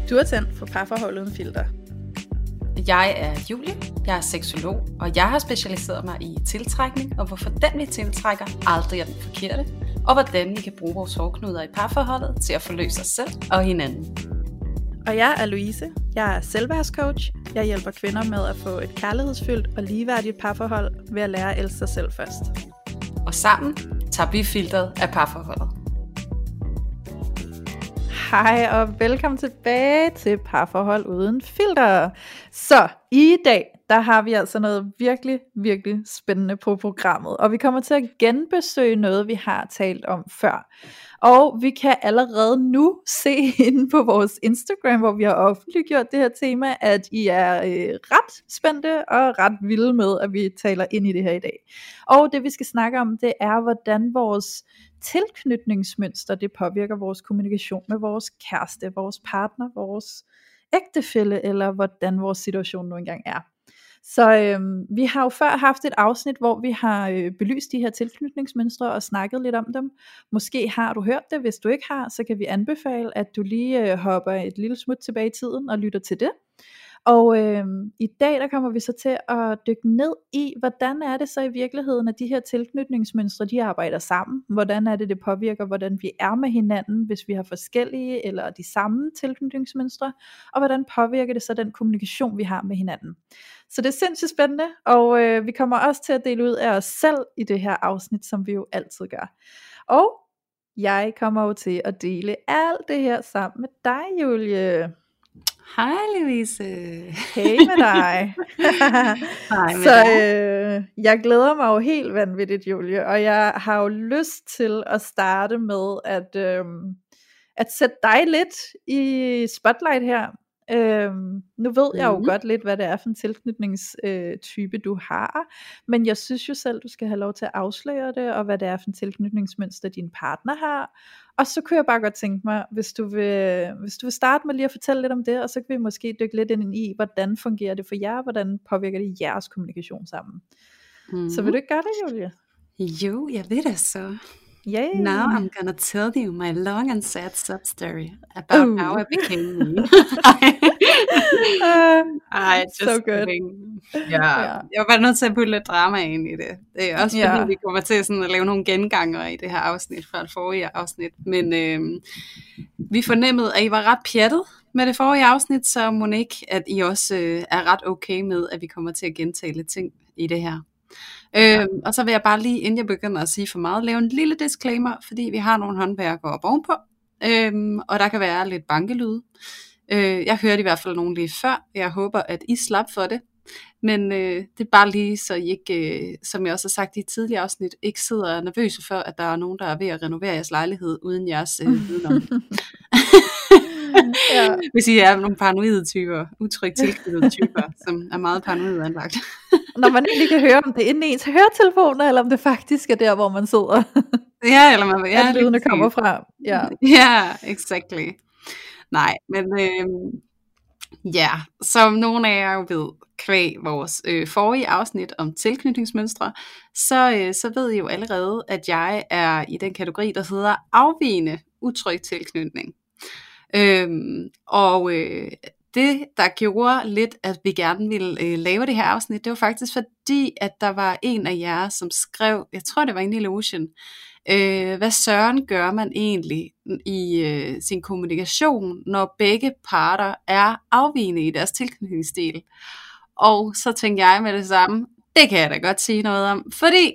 Du er tændt for parforhold uden filter. Jeg er Julie, jeg er seksolog, og jeg har specialiseret mig i tiltrækning, og hvorfor den vi tiltrækker aldrig er den forkerte, og hvordan vi kan bruge vores hårdknuder i parforholdet til at forløse os selv og hinanden. Og jeg er Louise, jeg er selvværdscoach. Jeg hjælper kvinder med at få et kærlighedsfyldt og ligeværdigt parforhold ved at lære at elske sig selv først. Og sammen tager vi filteret af parforholdet. Hej og velkommen tilbage til Parforhold uden filter. Så i dag, der har vi altså noget virkelig, virkelig spændende på programmet. Og vi kommer til at genbesøge noget, vi har talt om før. Og vi kan allerede nu se inde på vores Instagram, hvor vi har offentliggjort det her tema, at I er ret spændte og ret vilde med, at vi taler ind i det her i dag. Og det vi skal snakke om, det er, hvordan vores tilknytningsmønster, det påvirker vores kommunikation med vores kæreste, vores partner, vores ægtefælle, eller hvordan vores situation nu engang er. Så vi har jo før haft et afsnit, hvor vi har belyst de her tilknytningsmønstre og snakket lidt om dem. Måske har du hørt det. Hvis du ikke har, så kan vi anbefale, at du lige hopper et lille smut tilbage i tiden og lytter til det. Og i dag der kommer vi så til at dykke ned i, hvordan er det så i virkeligheden, at de her tilknytningsmønstre, de arbejder sammen. Hvordan er det, det påvirker, hvordan vi er med hinanden, hvis vi har forskellige eller de samme tilknytningsmønstre. Og hvordan påvirker det så den kommunikation, vi har med hinanden. Så det er sindssygt spændende, og vi kommer også til at dele ud af os selv i det her afsnit, som vi jo altid gør. Og jeg kommer jo til at dele alt det her sammen med dig, Julie. Hej Louise. Hej med dig. Hej med dig. Jeg glæder mig jo helt vanvittigt, Julie, og jeg har jo lyst til at starte med at sætte dig lidt i spotlight her. Nu ved jeg jo godt lidt, hvad det er for en tilknytningstype du har, men jeg synes jo selv, du skal have lov til at afsløre det, og hvad det er for en tilknytningsmønster din partner har. Og så kunne jeg bare godt tænke mig, hvis du vil starte med lige at fortælle lidt om det, og så kan vi måske dykke lidt ind i, hvordan fungerer det for jer, hvordan påvirker det jeres kommunikation sammen. Så vil du ikke gøre det, Julie? Jo, jeg ved det så. Yay. Now I'm gonna tell you my long and sad sub story about how I became me. So good. Jeg var bare nødt til at putte lidt drama ind i det. Det er også fordi vi kommer til sådan at lave nogle genganger i det her afsnit fra det forrige afsnit. Men vi fornemmede, at I var ret pjattet med det forrige afsnit, så Monique, at I også er ret okay med, at vi kommer til at gentage lidt ting i det her. Og så vil jeg bare lige, inden jeg begynder at sige for meget, lave en lille disclaimer, fordi vi har nogle håndværkere op ovenpå, og der kan være lidt bankelyde. Jeg hørte i hvert fald nogen lige før. Jeg håber, at I slap for det. Men det er bare lige, så I ikke, som jeg også har sagt i et tidligere afsnit, ikke sidder nervøse for, at der er nogen, der er ved at renovere jeres lejlighed uden jeres viden om det. Hvis I er nogle paranoide typer, utrygt tilknyttede typer, som er meget paranoide anlagt. Når man ikke kan høre, om det er inde i ens høretelefoner, eller om det faktisk er der, hvor man sidder. Ja, eller man at lydene kommer fra. Ja, exactly. Nej, men som nogle af jer jo ved, kvæg vores forrige afsnit om tilknytningsmønstre, så ved I jo allerede, at jeg er i den kategori, der hedder afvigende utryg tilknytning. Det, der gjorde lidt, at vi gerne ville lave det her afsnit, det var faktisk fordi, at der var en af jer, som skrev, jeg tror det var en illusion, hvad søren gør man egentlig i sin kommunikation, når begge parter er afvigende i deres tilknytningsstil. Og så tænkte jeg med det samme, det kan jeg da godt sige noget om, fordi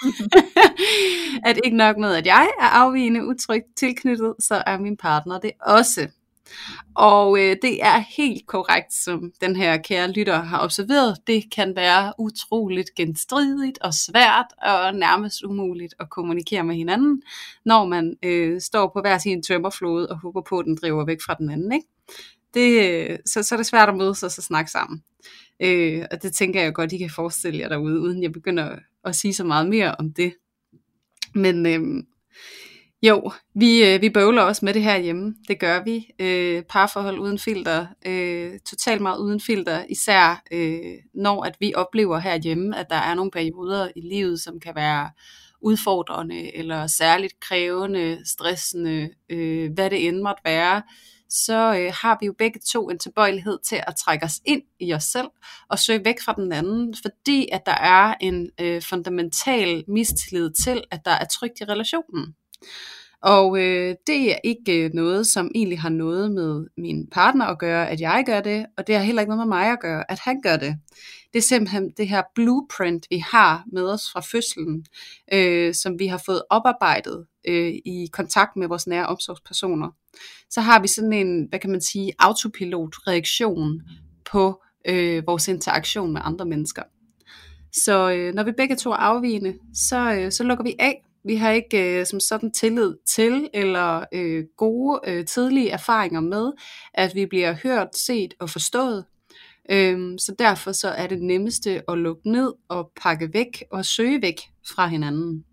at ikke nok med, at jeg er afvigende utrygt tilknyttet, så er min partner det også. Og det er helt korrekt, som den her kære lytter har observeret. Det kan være utroligt genstridigt og svært og nærmest umuligt at kommunikere med hinanden, når man står på hver sin tømmerflode og håber på, at den driver væk fra den anden, ikke? Så er det svært at mødes og så snakke sammen. Og det tænker jeg godt, I kan forestille jer derude, uden jeg begynder at sige så meget mere om det. Men jo, vi bøvler også med det her hjemme. Det gør vi. Parforhold uden filter. Totalt meget uden filter. Især når at vi oplever herhjemme, at der er nogle perioder i livet, som kan være udfordrende eller særligt krævende, stressende, hvad det end måtte være. så har vi jo begge to en tilbøjelighed til at trække os ind i os selv og søge væk fra den anden, fordi at der er en fundamental mistillid til, at der er trygt i relationen. Og det er ikke noget, som egentlig har noget med min partner at gøre, at jeg gør det, og det har heller ikke noget med mig at gøre, at han gør det. Det er simpelthen det her blueprint, vi har med os fra fødslen, som vi har fået oparbejdet i kontakt med vores nære omsorgspersoner. Så har vi sådan en, hvad kan man sige, autopilot-reaktion på vores interaktion med andre mennesker. Så når vi begge to er afvigende, så lukker vi af. Vi har ikke som sådan tillid til eller gode tidlige erfaringer med, at vi bliver hørt, set og forstået. Så derfor så er det nemmeste at lukke ned og pakke væk og søge væk fra hinanden.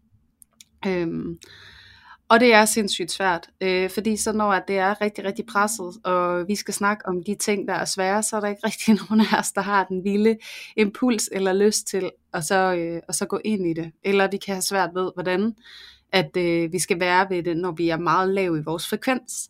Og det er sindssygt svært, fordi så når det er rigtig, rigtig presset, og vi skal snakke om de ting, der er svære, så er der ikke rigtig nogen af os, der har den lille impuls eller lyst til at så gå ind i det. Eller vi kan have svært ved, hvordan at vi skal være ved det, når vi er meget lav i vores frekvens.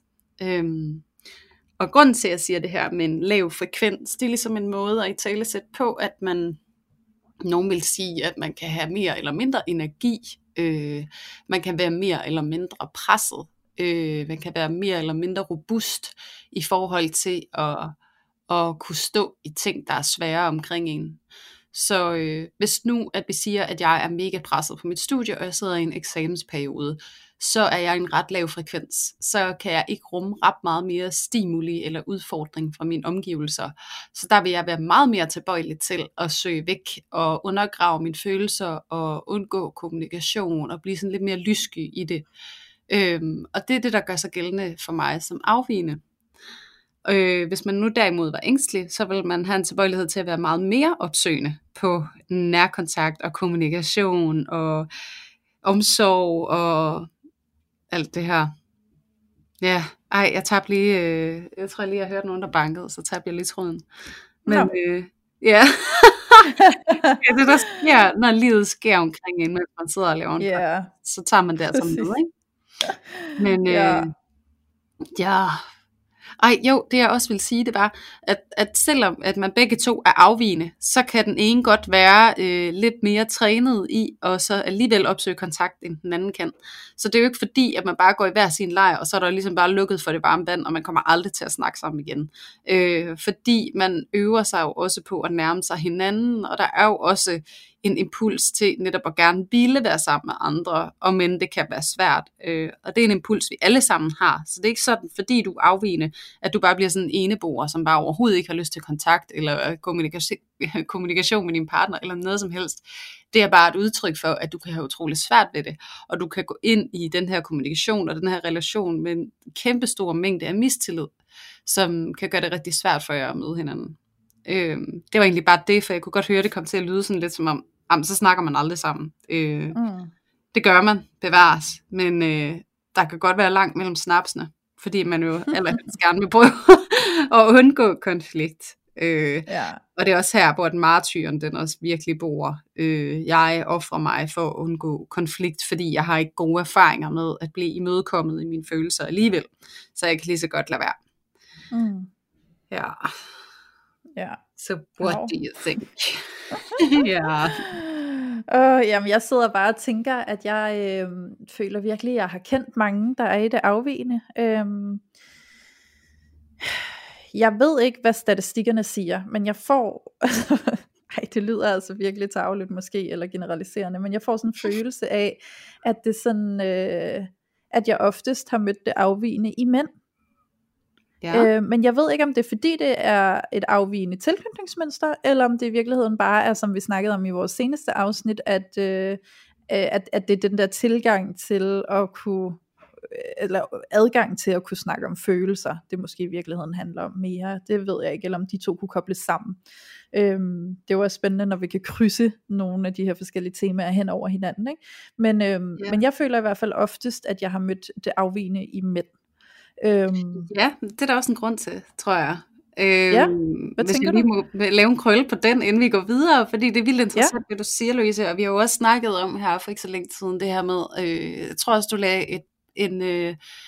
Og grunden til, at jeg siger det her med en lav frekvens, det er ligesom en måde at italesætte på, at nogen vil sige, at man kan have mere eller mindre energi. Man kan være mere eller mindre presset. Man kan være mere eller mindre robust i forhold til at kunne stå i ting, der er svære omkring en. Så hvis nu at vi siger, at jeg er mega presset på mit studie, og jeg sidder i en eksamensperiode, så er jeg i en ret lav frekvens. Så kan jeg ikke rumme ret meget mere stimuli eller udfordring fra mine omgivelser. Så der vil jeg være meget mere tilbøjelig til at søge væk og undergrave mine følelser og undgå kommunikation og blive sådan lidt mere lyssky i det. Og det er det, der gør sig gældende for mig som afvigende. Hvis man nu derimod var ængstelig, så vil man have en tilbøjelighed til at være meget mere opsøgende på nærkontakt og kommunikation og omsorg og alt det her. Ja, jeg tabte lige, jeg tror lige, jeg hørte nogen, der bankede, så tabte jeg lige tråden. Men ja, ja, det der sker, når livet sker omkring en, mens man sidder og laver en podcast, så tager man det altså med, ikke? Men ja. Det jeg også vil sige, det var, at selvom at man begge to er afvigende, så kan den ene godt være lidt mere trænet i, og så alligevel opsøge kontakt, end den anden kan. Så det er jo ikke fordi, at man bare går i hver sin lejr, og så er der ligesom bare lukket for det varme vand, og man kommer aldrig til at snakke sammen igen. Fordi man øver sig jo også på at nærme sig hinanden, og der er jo også en impuls til netop at gerne ville være sammen med andre, og men det kan være svært. Og det er en impuls, vi alle sammen har. Så det er ikke sådan, fordi du er afvigende, at du bare bliver sådan en eneboer, som bare overhovedet ikke har lyst til kontakt, eller kommunikation med din partner, eller noget som helst. Det er bare et udtryk for, at du kan have utroligt svært ved det, og du kan gå ind i den her kommunikation, og den her relation med en kæmpe stor mængde af mistillid, som kan gøre det rigtig svært for jer at møde hinanden. Det var egentlig bare det, for jeg kunne godt høre, det kom til at lyde sådan lidt som om, så snakker man aldrig sammen. Det gør man, bevares, men der kan godt være langt mellem snapsene, fordi man jo allerhelst gerne vil prøve at undgå konflikt. Og det er også her, hvor den martyren, den også virkelig bor. Jeg offrer mig for at undgå konflikt, fordi jeg har ikke gode erfaringer med at blive imødekommet i mine følelser alligevel, så jeg kan lige så godt lade være. So what do you think? Jamen jeg sidder bare og tænker, at jeg føler virkelig, at jeg har kendt mange, der er i det afvigende. Jeg ved ikke, hvad statistikkerne siger, men jeg får, det lyder altså virkelig tarveligt måske, eller generaliserende, men jeg får sådan en følelse af, at det sådan, at jeg oftest har mødt det afvigende i mænd. Men jeg ved ikke, om det er fordi det er et afvigende tilknytningsmønster, eller om det i virkeligheden bare er, som vi snakkede om i vores seneste afsnit, at det er den der tilgang til at kunne, eller adgang til at kunne snakke om følelser, det måske i virkeligheden handler om mere. Det ved jeg ikke, eller om de to kunne kobles sammen. Det var spændende, når vi kan krydse nogle af de her forskellige temaer hen over hinanden, ikke? Men jeg føler i hvert fald oftest, at jeg har mødt det afvigende i mænd. Ja, det er der også en grund til, tror jeg. Hvis jeg lige må lave en krølle på den, inden vi går videre, fordi det er vildt interessant, det du siger, Louise, og vi har jo også snakket om her for ikke så længe siden, det her med, jeg tror også, du lagde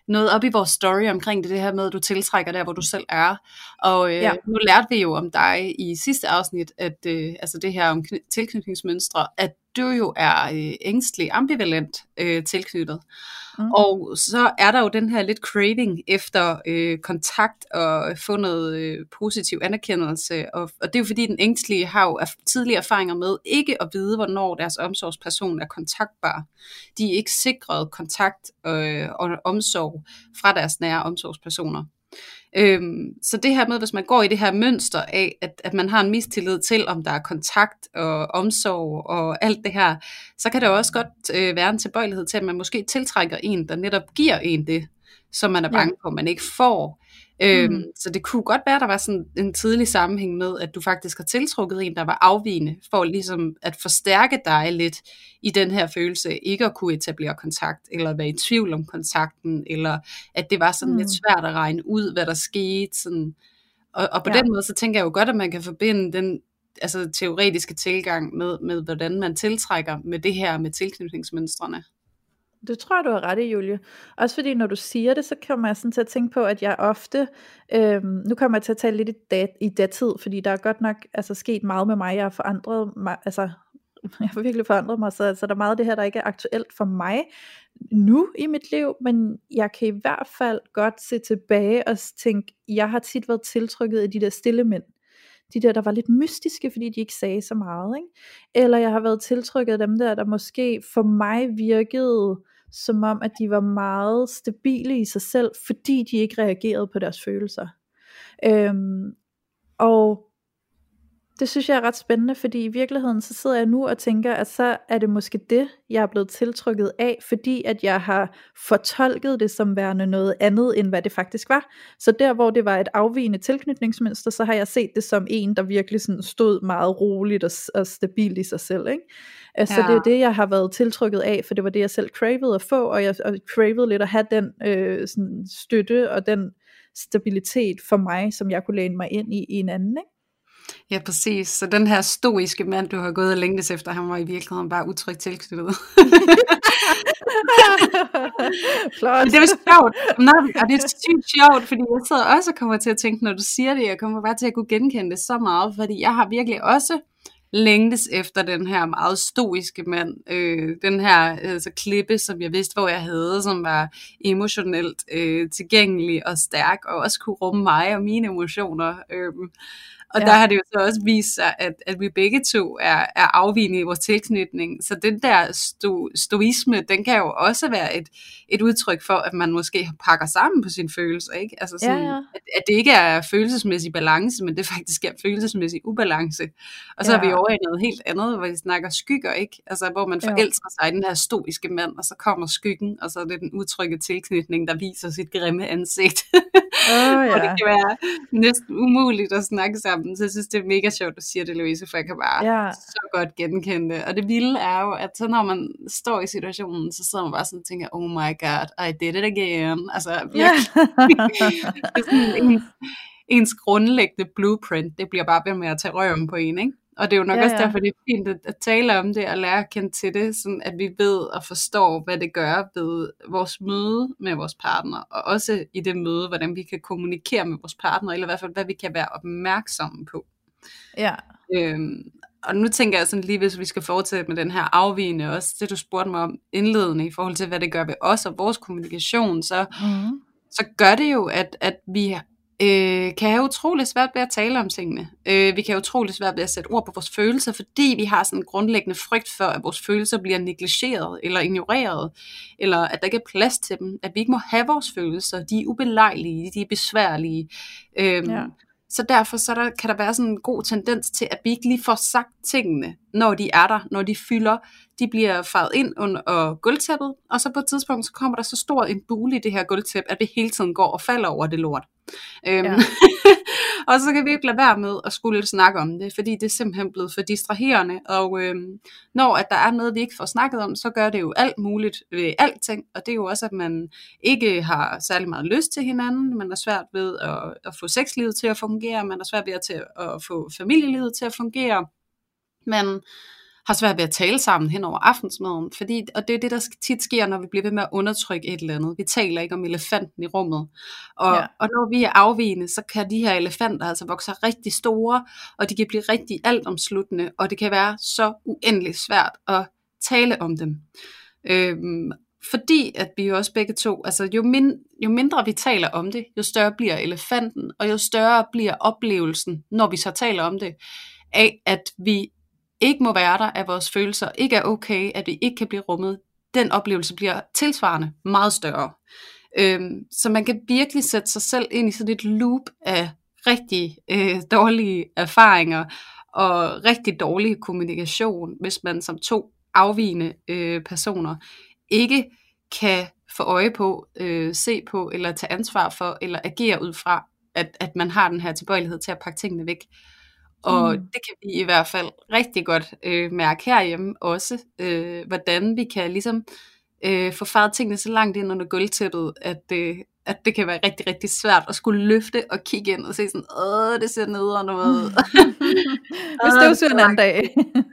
noget op i vores story omkring det her med, at du tiltrækker der, hvor du selv er. Og nu lærte vi jo om dig i sidste afsnit, at altså det her om tilknytningsmønstre, at du jo er ængstelig, ambivalent tilknyttet. Og så er der jo den her lidt craving efter kontakt og få noget positiv anerkendelse. Og det er jo fordi, den ængstlige har jo tidlige erfaringer med ikke at vide, hvornår deres omsorgsperson er kontaktbar. De er ikke sikret kontakt og omsorg fra deres nære omsorgspersoner. Så det her med, hvis man går i det her mønster af, at man har en mistillid til, om der er kontakt og omsorg og alt det her, så kan der også godt være en tilbøjelighed til, at man måske tiltrækker en, der netop giver en det, som man er bange på, at man ikke får. Så det kunne godt være, at der var sådan en tidlig sammenhæng med, at du faktisk har tiltrukket en, der var afvigende, for ligesom at forstærke dig lidt i den her følelse, ikke at kunne etablere kontakt, eller være i tvivl om kontakten, eller at det var sådan lidt svært at regne ud, hvad der skete. Sådan. Og på den måde, så tænker jeg jo godt, at man kan forbinde den altså teoretiske tilgang med, hvordan man tiltrækker med det her med tilknytningsmønstrene. Det tror jeg, du har ret i, Julie. Også fordi, når du siger det, så kommer jeg sådan til at tænke på, at jeg ofte, nu kommer jeg til at tale lidt i datid, fordi der er godt nok sket meget med mig. Jeg har forandret mig, jeg har virkelig forandret mig, så der er meget af det her, der ikke er aktuelt for mig nu i mit liv, men jeg kan i hvert fald godt se tilbage og tænke, jeg har tit været tiltrykket af de der stille mænd. De der var lidt mystiske, fordi de ikke sagde så meget, ikke? Eller jeg har været tiltrykket af dem der måske for mig virkede som om, at de var meget stabile i sig selv, fordi de ikke reagerede på deres følelser. Og det synes jeg er ret spændende, fordi i virkeligheden så sidder jeg nu og tænker, at så er det måske det, jeg er blevet tiltrykket af, fordi at jeg har fortolket det som værende noget andet, end hvad det faktisk var. Så der, hvor det var et afvigende tilknytningsmønster, så har jeg set det som en, der virkelig sådan stod meget roligt og stabilt i sig selv, ikke? Så det er det, jeg har været tiltrykket af, for det var det, jeg selv cravede at få, og jeg cravede lidt at have den sådan støtte og den stabilitet for mig, som jeg kunne læne mig ind i en anden, ikke? Ja, præcis. Så den her stoiske mand, du har gået og længtes efter, han var i virkeligheden bare utrygt tilknyttet. Flot. Det er sjovt. Og det er sygt sjovt, fordi jeg sidder også og kommer til at tænke, når du siger det, jeg kommer bare til at kunne genkende det så meget, fordi jeg har virkelig også længtes efter den her meget stoiske mand, den her klippe, som jeg vidste, hvor jeg havde, som var emotionelt tilgængelig og stærk, og også kunne rumme mig og mine emotioner. Og der har det jo så også vist sig, at vi begge to er afvigende i vores tilknytning. Så den der stoisme, den kan jo også være et udtryk for, at man måske pakker sammen på sine følelser, ikke? Altså sådan, at det ikke er følelsesmæssig balance, men det faktisk er følelsesmæssig ubalance. Og så er vi over i noget helt andet, hvor vi snakker skygger, ikke? Altså hvor man forelsker sig i den her stoiske mand, og så kommer skyggen, og så er det den udtrykke tilknytning, der viser sit grimme ansigt. Og det kan være næsten umuligt at snakke sammen. Så jeg synes, det er mega sjovt, at du siger det, Louise, for jeg kan bare så godt genkende det. Og det vilde er jo, at så når man står i situationen, så sidder man bare sådan og tænker, oh my god, I did it again. Altså virkelig. Det er sådan ens grundlæggende blueprint, det bliver bare ved med at tage røven på en, ikke? Og det er jo nok også derfor, det er fint at tale om det og lære at kende til det, sådan at vi ved og forstår, hvad det gør ved vores møde med vores partner, og også i det møde, hvordan vi kan kommunikere med vores partner, eller i hvert fald, hvad vi kan være opmærksomme på. Ja. Og nu tænker jeg sådan lige, hvis vi skal fortsætte med den her afvigende, også det du spurgte mig om indledende, i forhold til, hvad det gør ved os og vores kommunikation, så gør det jo, at vi kan have utroligt svært ved at tale om tingene. Vi kan have utroligt svært ved at sætte ord på vores følelser, fordi vi har sådan en grundlæggende frygt for, at vores følelser bliver negligeret eller ignoreret, eller at der ikke er plads til dem, at vi ikke må have vores følelser, de er ubelejlige, de er besværlige. Så derfor kan der være sådan en god tendens til, at vi ikke lige får sagt tingene, når de er der, når de fylder. De bliver faret ind under gulvtæppet, og så på et tidspunkt, så kommer der så stor en bule i det her gulvtæppe, at vi hele tiden går og falder over det lort. Og så kan vi ikke lade være med at skulle snakke om det, fordi det er simpelthen blevet for distraherende, og når at der er noget, vi ikke får snakket om, så gør det jo alt muligt ved alting, og det er jo også, at man ikke har særlig meget lyst til hinanden, man er svært ved at få sexlivet til at fungere, man er svært ved at få familielivet til at fungere, man har svært ved at tale sammen hen over aftensmaden, og det er det, der tit sker, når vi bliver ved med at undertrykke et eller andet. Vi taler ikke om elefanten i rummet, og når vi er afvigende, så kan de her elefanter altså vokse rigtig store, og de kan blive rigtig altomsluttende, og det kan være så uendeligt svært at tale om dem. Fordi at vi jo også begge to, altså jo mindre vi taler om det, jo større bliver elefanten, og jo større bliver oplevelsen, når vi så taler om det, af at vi ikke må være der, at vores følelser ikke er okay, at vi ikke kan blive rummet. Den oplevelse bliver tilsvarende meget større. Så man kan virkelig sætte sig selv ind i sådan et loop af rigtig dårlige erfaringer og rigtig dårlig kommunikation, hvis man som to afvigende personer ikke kan få øje på, se på, eller tage ansvar for, eller agere ud fra, at man har den her tilbøjelighed til at pakke tingene væk. Og det kan vi i hvert fald rigtig godt mærke herhjemme også, hvordan vi kan ligesom få faret tingene så langt ind under gulvtæppet, at det kan være rigtig, rigtig svært at skulle løfte og kigge ind og se sådan, det ser nederen ud. Hvis det er jo en anden dag.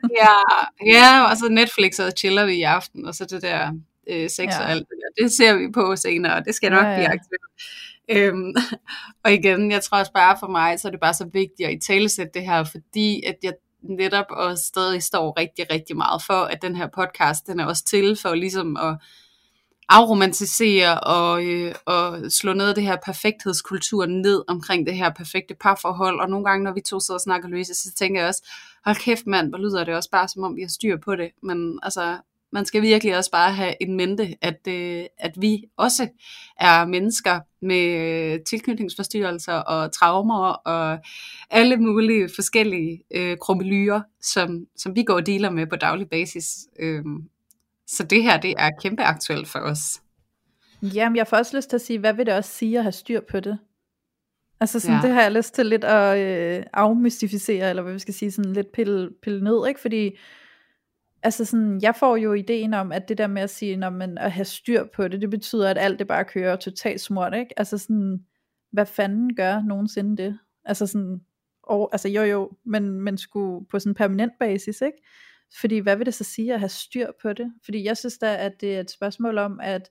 ja, og så Netflix og chiller vi i aften, og så det der sex og alt det der, det ser vi på senere, og det skal nok blive aktuelt. Og igen, jeg tror også bare for mig, så er det bare så vigtigt at italesætte det her, fordi at jeg netop også stadig står rigtig, rigtig meget for, at den her podcast, den er også til for ligesom at afromantisere og slå noget af det her perfekthedskultur ned omkring det her perfekte parforhold. Og nogle gange, når vi to sidder og snakker, Louise, så tænker jeg også, hold kæft mand, hvor lyder det også bare, som om vi har styr på det. Men altså, man skal virkelig også bare have en mente, at vi også er mennesker med tilknytningsforstyrrelser og traumer og alle mulige forskellige krummelyrer, som vi går og dealer med på daglig basis. Så det her, det er kæmpe aktuelt for os. Jamen, jeg får også lyst til at sige, hvad vil det også sige at have styr på det? Altså sådan, det har jeg lyst til lidt at afmystificere, eller hvad vi skal sige, sådan lidt pille ned, ikke? Fordi altså sådan, jeg får jo ideen om, at det der med at sige, når man at have styr på det, det betyder, at alt det bare kører totalt smurt, ikke? Altså sådan, hvad fanden gør nogensinde det? Altså sådan, altså jo, men skulle på sådan en permanent basis, ikke? Fordi hvad vil det så sige at have styr på det? Fordi jeg synes da, at det er et spørgsmål om, at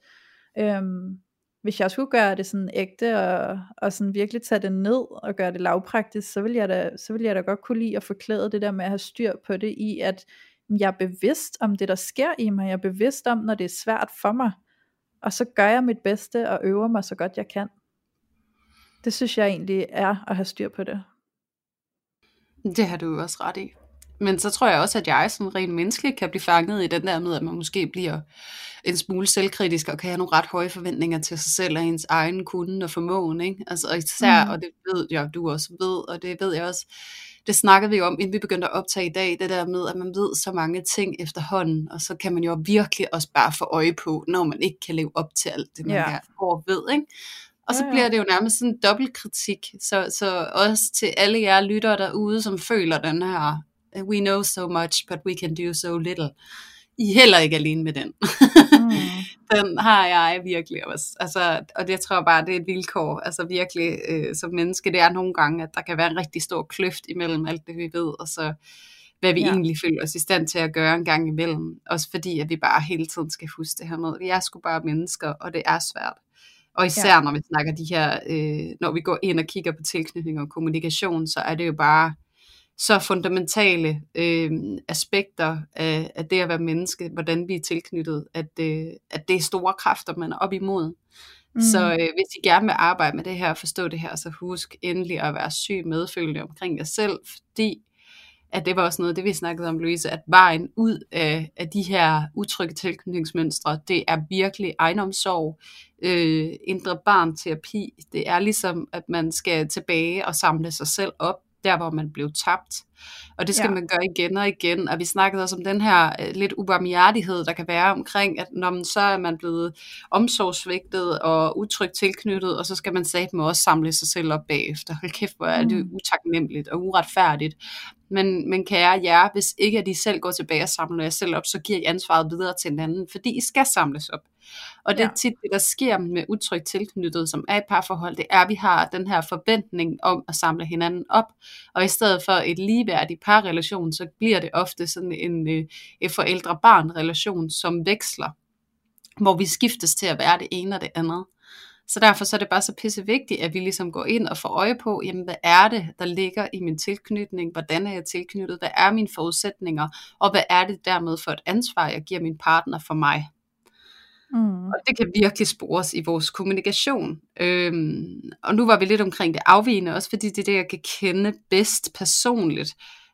hvis jeg skulle gøre det sådan ægte, og sådan virkelig tage det ned, og gøre det lavpraktisk, så vil jeg da godt kunne lide at forklæde det der med at have styr på det, i at jeg er bevidst om det, der sker i mig, jeg er bevidst om, når det er svært for mig, og så gør jeg mit bedste, og øver mig så godt jeg kan. Det synes jeg egentlig er at have styr på det. Det har du jo også ret i. Men så tror jeg også, at jeg sådan rent menneskeligt kan blive fanget i den der med, at man måske bliver en smule selvkritisk, og kan have nogle ret høje forventninger til sig selv, og ens egen kunde og formåen, ikke? Altså, og især, og det ved jeg, du også ved, og det ved jeg også, det snakkede vi om, inden vi begyndte at optage i dag, det der med, at man ved så mange ting efterhånden, og så kan man jo virkelig også bare få øje på, når man ikke kan leve op til alt det, man ved, ikke? Og så bliver det jo nærmest sådan en dobbeltkritik, så også til alle jer lyttere derude, som føler den her, we know so much, but we can do so little. I er heller ikke alene med den. Den har jeg virkelig også. Altså, og det tror jeg bare, det er et vilkår. Altså virkelig som menneske, det er nogle gange, at der kan være en rigtig stor kløft imellem alt det, vi ved, og så hvad vi egentlig føler os i stand til at gøre en gang imellem. Også fordi, at vi bare hele tiden skal huske det her med, vi er sgu bare mennesker, og det er svært. Og især når vi snakker de her, når vi går ind og kigger på tilknytning og kommunikation, så er det jo bare så fundamentale aspekter af det at være menneske, hvordan vi er tilknyttet, at det er store kræfter, man er op imod. Så hvis I gerne vil arbejde med det her, forstå det her, så husk endelig at være syg medfølende omkring jer selv, fordi at det var også noget af det, vi snakkede om, Louise, at vejen ud af de her utrygge tilknytningsmønstre, det er virkelig egenomsorg, indre barnterapi. Det er ligesom, at man skal tilbage og samle sig selv op, der hvor man blev tabt. Og det skal man gøre igen og igen. Og vi snakkede også om den her lidt ubarmhjertighed, der kan være omkring, at når man så er man blevet omsorgsvigtet og utrygt tilknyttet, og så skal man satme også samle sig selv op bagefter. Hold kæft, hvor er det utaknemmeligt og uretfærdigt. Men kære jer, hvis ikke at I selv går tilbage og samler jer selv op, så giver I ansvaret videre til en anden, fordi I skal samles op. Og det er tit det, der sker med utrygt tilknyttet, som er et parforhold, det er, at vi har den her forventning om at samle hinanden op, og i stedet for et ligeværdigt parrelation, så bliver det ofte sådan en forældre-barn-relation, som veksler, hvor vi skiftes til at være det ene og det andet. Så derfor så er det bare så pisse vigtigt, at vi ligesom går ind og får øje på, jamen hvad er det, der ligger i min tilknytning, hvordan er jeg tilknyttet, hvad er mine forudsætninger, og hvad er det dermed for et ansvar, jeg giver min partner for mig. Og det kan virkelig spores i vores kommunikation. Og nu var vi lidt omkring det afvigende, også fordi det er det, jeg kan kende bedst personligt.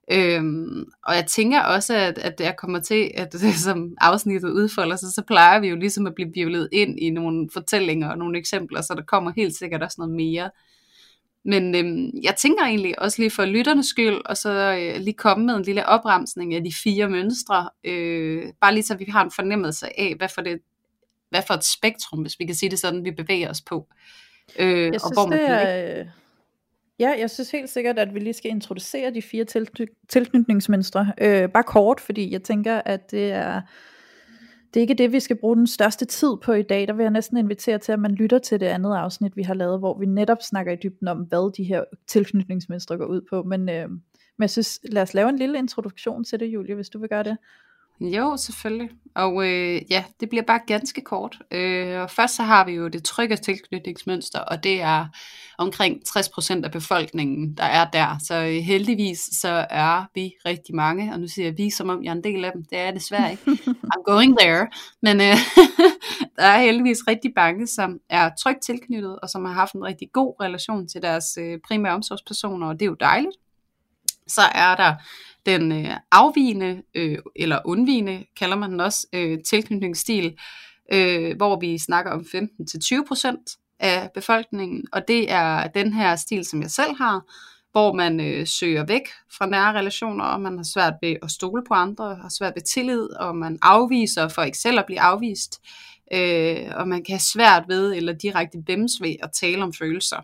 Og jeg tænker også, at jeg kommer til, at som afsnittet udfolder sig, så plejer vi jo ligesom at blive hvirvlet ind i nogle fortællinger og nogle eksempler, så der kommer helt sikkert også noget mere. Men jeg tænker egentlig også lige for lytternes skyld, og så lige komme med en lille opremsning af de 4 mønstre, bare lige så vi har en fornemmelse af, hvad for et spektrum, hvis vi kan sige det sådan, vi bevæger os på. Jeg synes, og hvor man jeg synes helt sikkert, at vi lige skal introducere de 4 tilknytningsmønstre. Bare kort, fordi jeg tænker, at det er ikke det, vi skal bruge den største tid på i dag. Der vil jeg næsten invitere til, at man lytter til det andet afsnit, vi har lavet, hvor vi netop snakker i dybden om, hvad de her tilknytningsmønstre går ud på. Men jeg synes, lad os lave en lille introduktion til det, Julie, hvis du vil gøre det. Jo, selvfølgelig. Og det bliver bare ganske kort. Og først så har vi jo det trygge tilknytningsmønster, og det er omkring 60% af befolkningen, der er der. Så heldigvis så er vi rigtig mange, og nu siger jeg vi, som om jeg er en del af dem. Det er jeg desværre ikke. I'm going there. Men der er heldigvis rigtig mange, som er trygt tilknyttet, og som har haft en rigtig god relation til deres primære omsorgspersoner, og det er jo dejligt. Så er der den afvigende, eller undvigende, kalder man den også, tilknytningsstil, hvor vi snakker om 15-20% af befolkningen, og det er den her stil, som jeg selv har, hvor man søger væk fra nære relationer, og man har svært ved at stole på andre, har svært ved tillid, og man afviser for ikke selv at blive afvist, og man kan have svært ved, eller direkte væmmes ved at tale om følelser.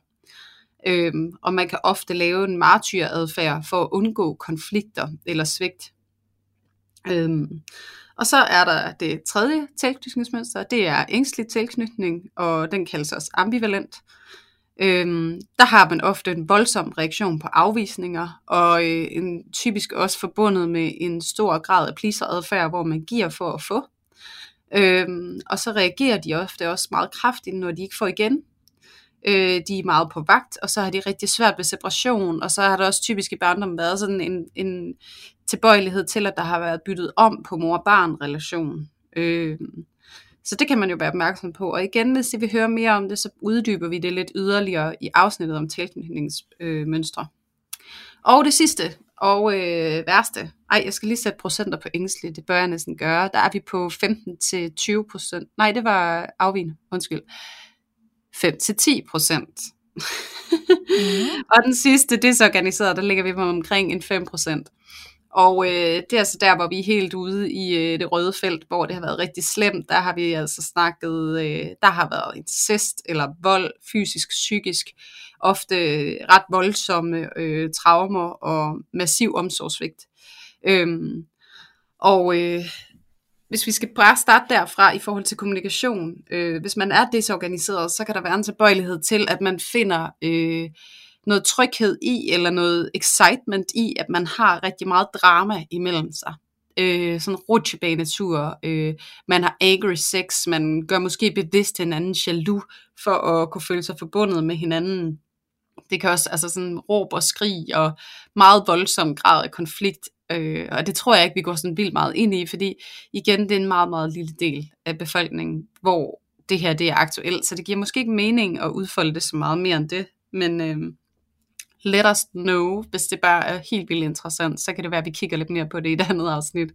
Og man kan ofte lave en martyradfærd for at undgå konflikter eller svigt. Og så er der det tredje tilknytningsmønster, det er ængstelig tilknytning, og den kaldes også ambivalent. Der har man ofte en voldsom reaktion på afvisninger, og en typisk også forbundet med en stor grad af pleaseradfærd, hvor man giver for at få. Og så reagerer de ofte også meget kraftigt, når de ikke får igen. De er meget på vagt, og så har de rigtig svært ved separation, og så har der også typisk i barndommen været sådan en tilbøjelighed til, at der har været byttet om på mor-barn-relation. Så det kan man jo være opmærksom på, og igen, hvis I vil høre mere om det, så uddyber vi det lidt yderligere i afsnittet om tilknytningsmønstre. Og det sidste og værste, jeg skal lige sætte procenter på ængstelig, det bør jeg næsten gøre, der er vi på 15-20%, nej det var afvigende, undskyld, 5-10%. Og den sidste desorganiseret, der ligger vi på omkring en 5%. Og det er altså der, hvor vi er helt ude i det røde felt, hvor det har været rigtig slemt. Der har vi altså snakket, der har været incest eller vold, fysisk, psykisk, ofte ret voldsomme traumer og massiv omsorgssvigt. Hvis vi skal bare starte derfra i forhold til kommunikation, hvis man er desorganiseret, så kan der være en tilbøjelighed til, at man finder noget tryghed i, eller noget excitement i, at man har rigtig meget drama imellem sig. Sådan en rutsjebanetur, man har angry sex, man gør måske bevidst hinanden jaloux, for at kunne føle sig forbundet med hinanden. Det kan også altså sådan råb og skrig, og meget voldsom grad af konflikt. Og det tror jeg ikke, vi går sådan vildt meget ind i, fordi igen, det er en meget, meget lille del af befolkningen, hvor det her det er aktuelt, så det giver måske ikke mening at udfolde det så meget mere end det, men let us know, hvis det bare er helt vildt interessant, så kan det være, at vi kigger lidt mere på det i et andet afsnit.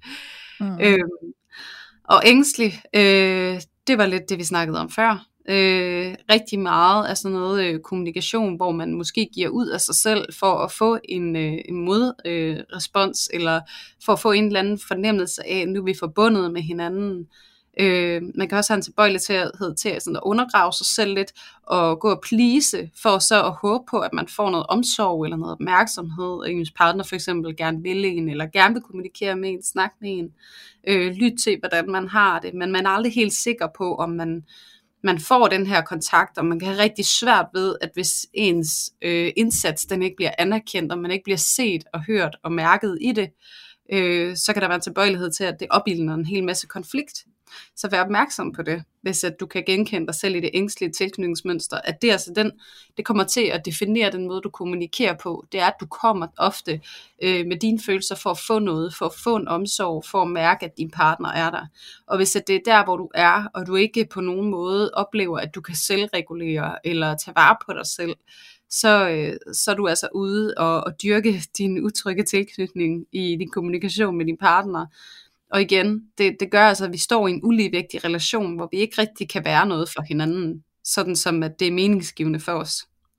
Og ængstelig, det var lidt det, vi snakkede om før. Rigtig meget af sådan noget kommunikation, hvor man måske giver ud af sig selv for at få en modrespons, eller for at få en eller anden fornemmelse af, at nu er vi forbundet med hinanden. Man kan også have en tilbøjelighed til sådan at undergrave sig selv lidt, og gå og please, for så at håbe på, at man får noget omsorg, eller noget opmærksomhed, ens partner for eksempel gerne vil en, eller gerne vil kommunikere med en, snakke med en, lytte til, hvordan man har det, men man er aldrig helt sikker på, om man får den her kontakt, og man kan have rigtig svært ved, at hvis ens indsats, den ikke bliver anerkendt, og man ikke bliver set og hørt og mærket i det, så kan der være en tilbøjelighed til, at det opildner en hel masse konflikt. Så vær opmærksom på det, hvis at du kan genkende dig selv i det ængstlige tilknytningsmønster, at det, altså det kommer til at definere den måde, du kommunikerer på. Det er, at du kommer ofte med dine følelser for at få noget, for at få en omsorg, for at mærke, at din partner er der. Og hvis at det er der, hvor du er, og du ikke på nogen måde oplever, at du kan selvregulere eller tage vare på dig selv, så er du altså ude og dyrke din utrygge tilknytning i din kommunikation med din partner. Og igen, det gør altså, at vi står i en uligevægtig relation, hvor vi ikke rigtig kan være noget for hinanden, sådan som at det er meningsgivende for os.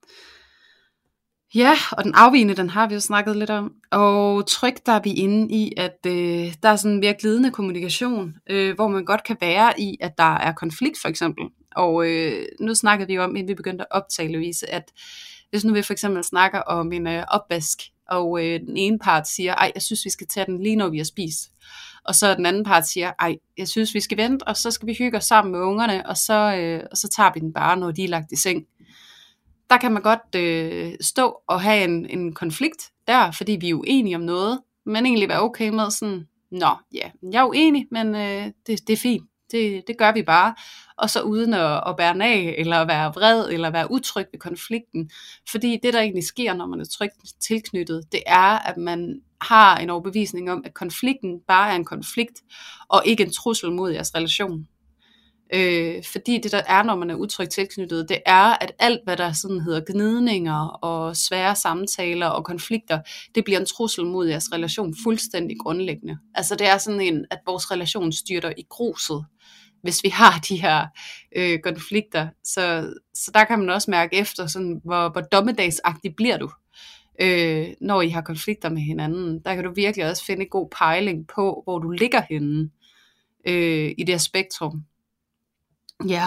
Ja, og den afvigende, den har vi jo snakket lidt om. Og tryg, der er vi inde i, at der er sådan en mere glidende kommunikation, hvor man godt kan være i, at der er konflikt for eksempel. Og nu snakkede vi jo om, inden vi begyndte at optage, Louise, at hvis nu vi for eksempel snakker om en opvask, og den ene part siger, ej, jeg synes, vi skal tage den lige når vi har spist. Og så den anden part siger, ej, jeg synes, vi skal vente, og så skal vi hygge os sammen med ungerne, og så tager vi den bare, når de er lagt i seng. Der kan man godt stå og have en konflikt der, fordi vi er uenige om noget, men egentlig være okay med sådan, nå, ja, jeg er uenig, men det er fint. Det gør vi bare, og så uden at bære af, eller være vred, eller være utryg ved konflikten. Fordi det, der egentlig sker, når man er trygt tilknyttet, det er, at man har en overbevisning om, at konflikten bare er en konflikt, og ikke en trussel mod jeres relation. Fordi det, der er, når man er utrygt tilknyttet, det er, at alt, hvad der sådan hedder gnidninger, og svære samtaler og konflikter, det bliver en trussel mod jeres relation fuldstændig grundlæggende. Altså det er sådan at vores relation styrter i gruset, hvis vi har de her konflikter. Så der kan man også mærke efter, sådan, hvor dommedagsagtig bliver du, når I har konflikter med hinanden. Der kan du virkelig også finde en god pejling på, hvor du ligger henne i det her spektrum. Ja.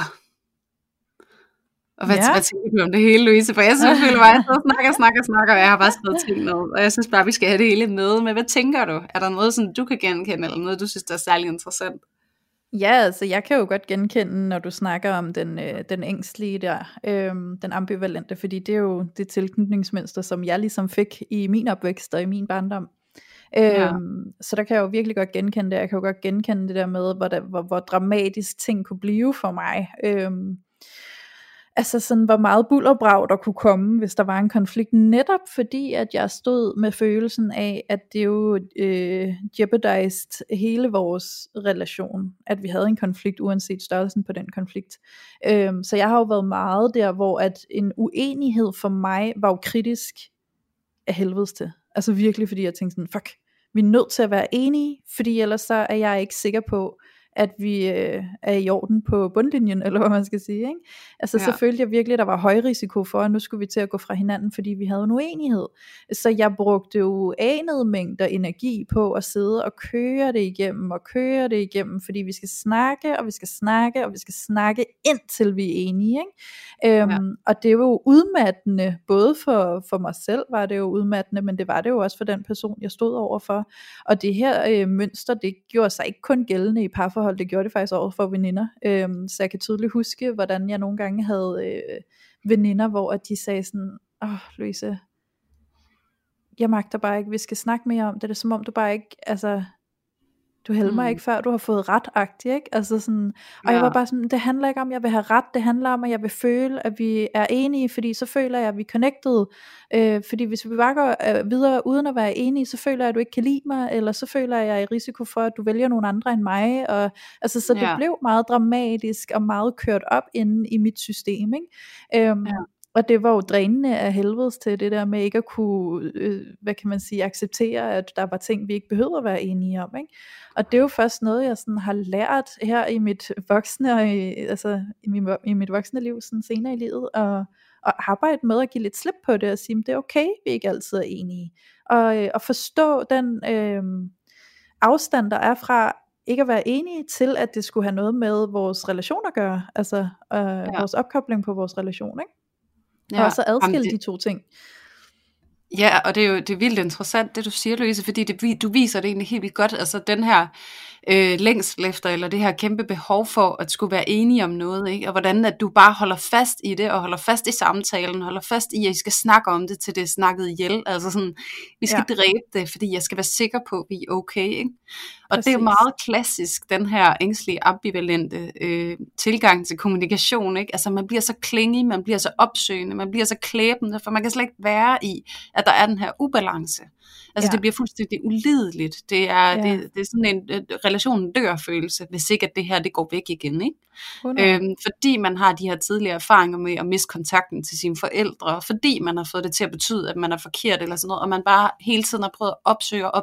Og hvad tænker du om det hele, Louise? For jeg synes, at jeg snakker, og jeg har bare skrevet ting ned, og jeg synes bare, vi skal have det hele med. Men hvad tænker du? Er der noget, som du kan genkende, eller noget, du synes, der er særlig interessant? Ja, altså jeg kan jo godt genkende, når du snakker om den ængstlige der, den ambivalente, fordi det er jo det tilknytningsmønster, som jeg ligesom fik i min opvækst og i min barndom. Så der kan jeg jo virkelig godt genkende det. Jeg kan jo godt genkende det der med, hvor dramatisk ting kunne blive for mig. Altså sådan, hvor meget bullerbrag der kunne komme, hvis der var en konflikt, netop fordi, at jeg stod med følelsen af, at det jo jeopardized hele vores relation, at vi havde en konflikt, uanset størrelsen på den konflikt. Så jeg har jo været meget der, hvor at en uenighed for mig var jo kritisk af helvedes til. Altså virkelig, fordi jeg tænkte sådan, fuck, vi er nødt til at være enige, fordi ellers så er jeg ikke sikker på, at vi er i orden på bundlinjen, eller hvad man skal sige, ikke? Altså så følte jeg virkelig, at der var høj risiko for, at nu skulle vi til at gå fra hinanden, fordi vi havde en uenighed. Så jeg brugte jo anede mængder energi på at sidde og køre det igennem, fordi vi skal snakke, og vi skal snakke, og vi skal snakke, indtil vi er enige, ikke? Og det er jo udmattende, både for mig selv var det jo udmattende, men det var det jo også for den person, jeg stod overfor. Og det her mønster, det gjorde sig ikke kun gældende i parforhold, det gjorde det faktisk over for veninder. Så jeg kan tydeligt huske, hvordan jeg nogle gange havde veninder, hvor de sagde sådan, Louise, jeg magter bare ikke, vi skal snakke mere om det. Det er som om du bare ikke, altså, du hælder mig ikke, før du har fået ret-agtigt, ikke? Altså sådan, og jeg var bare sådan, det handler ikke om, jeg vil have ret, det handler om, at jeg vil føle, at vi er enige, fordi så føler jeg, at vi er connected, fordi hvis vi bare går videre, uden at være enige, så føler jeg, at du ikke kan lide mig, eller så føler jeg, at jeg er i risiko for, at du vælger nogle andre end mig, og altså, så det blev meget dramatisk, og meget kørt op inde i mit system, ikke? Og det var jo drænende af helvedes til det der med ikke at kunne, hvad kan man sige, acceptere, at der var ting, vi ikke behøver at være enige om, ikke? Og det er jo først noget, jeg sådan har lært her i mit voksne, i mit voksne liv, sådan senere i livet, og arbejde med at give lidt slip på det, og sige, det er okay, vi ikke altid er enige. Og forstå den afstand, der er fra, ikke at være enige til, at det skulle have noget med vores relation at gøre, altså Ja. vores opkobling på vores relation, ikke? Ja. Og så adskille Jamen, de to ting. Ja, og det er vildt interessant, det du siger, Louise, fordi du viser det egentlig helt vildt godt, altså den her længsel efter, eller det her kæmpe behov for at skulle være enige om noget, ikke? Og hvordan at du bare holder fast i det, og holder fast i samtalen, holder fast i, at I skal snakke om det, til det er snakket ihjel, altså sådan, vi skal dræbe det, fordi jeg skal være sikker på, at vi er okay, ikke? Og det er jo meget klassisk, den her ængstlige, ambivalente tilgang til kommunikation, ikke? Altså man bliver så klingig, man bliver så opsøgende, man bliver så klæbende, for man kan slet ikke være i, at der er den her ubalance. Altså det bliver fuldstændig ulideligt. Det er sådan en relationen dør-følelse, hvis ikke at det her det går væk igen, ikke? Fordi man har de her tidligere erfaringer med at miste kontakten til sine forældre, fordi man har fået det til at betyde, at man er forkert eller sådan noget, og man bare hele tiden har prøvet at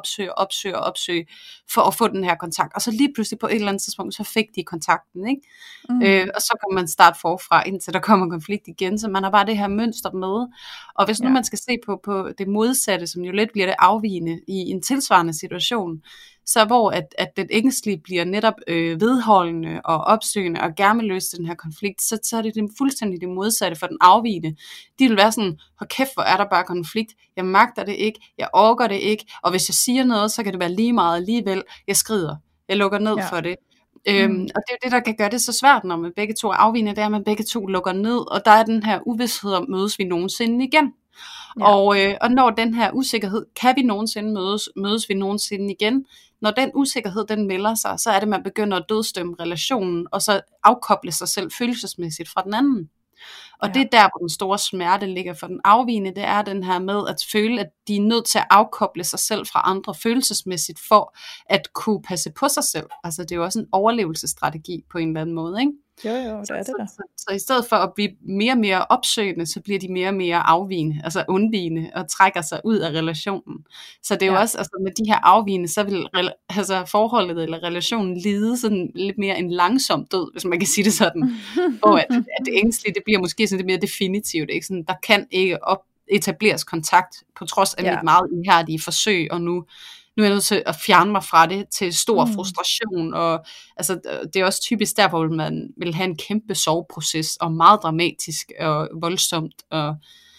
opsøge for at få den her kontakt. Og så lige pludselig på et eller andet tidspunkt, så fik de kontakten, ikke? Og så kan man starte forfra, indtil der kommer konflikt igen, så man har bare det her mønster med. Og hvis nu man skal se på det modsatte, som jo lidt bliver det afvigende i en tilsvarende situation, så hvor at den ængstlige bliver netop vedholdende og opsøgende og gerne vil løse den her konflikt, så er det fuldstændig det modsatte for den afvigende. De vil være sådan, hold kæft, hvor er der bare konflikt, jeg magter det ikke, jeg orker det ikke, og hvis jeg siger noget, så kan det være lige meget alligevel, jeg skrider, jeg lukker ned for det. Og det er jo det, der kan gøre det så svært, når man begge to er afvigende, det er, at man begge to lukker ned, og der er den her uvished om, mødes vi nogensinde igen. Ja. Og når den her usikkerhed, kan vi nogensinde mødes vi nogensinde igen, når den usikkerhed den melder sig, så er det, at man begynder at dødstømme relationen, og så afkoble sig selv følelsesmæssigt fra den anden. Og det er der, hvor den store smerte ligger for den afvigende, det er den her med at føle, at de er nødt til at afkoble sig selv fra andre følelsesmæssigt, for at kunne passe på sig selv. Altså det er jo også en overlevelsesstrategi på en eller anden måde, ikke? Jo, det er det der. Så i stedet for at blive mere og mere opsøgende, så bliver de mere og mere afvigende, altså undvigende, og trækker sig ud af relationen. Så det er jo også, altså med de her afvigende, så vil forholdet eller relationen lide sådan lidt mere en langsom død, hvis man kan sige det sådan. Hvor at det ængstlige, det bliver måske sådan lidt mere definitivt, ikke? Sådan, der kan ikke etableres kontakt, på trods af mit meget ihærdige forsøg, og nu er jeg nødt til at fjerne mig fra det til stor frustration, og altså, det er også typisk der, hvor man vil have en kæmpe soveproces, og meget dramatisk og voldsomt, og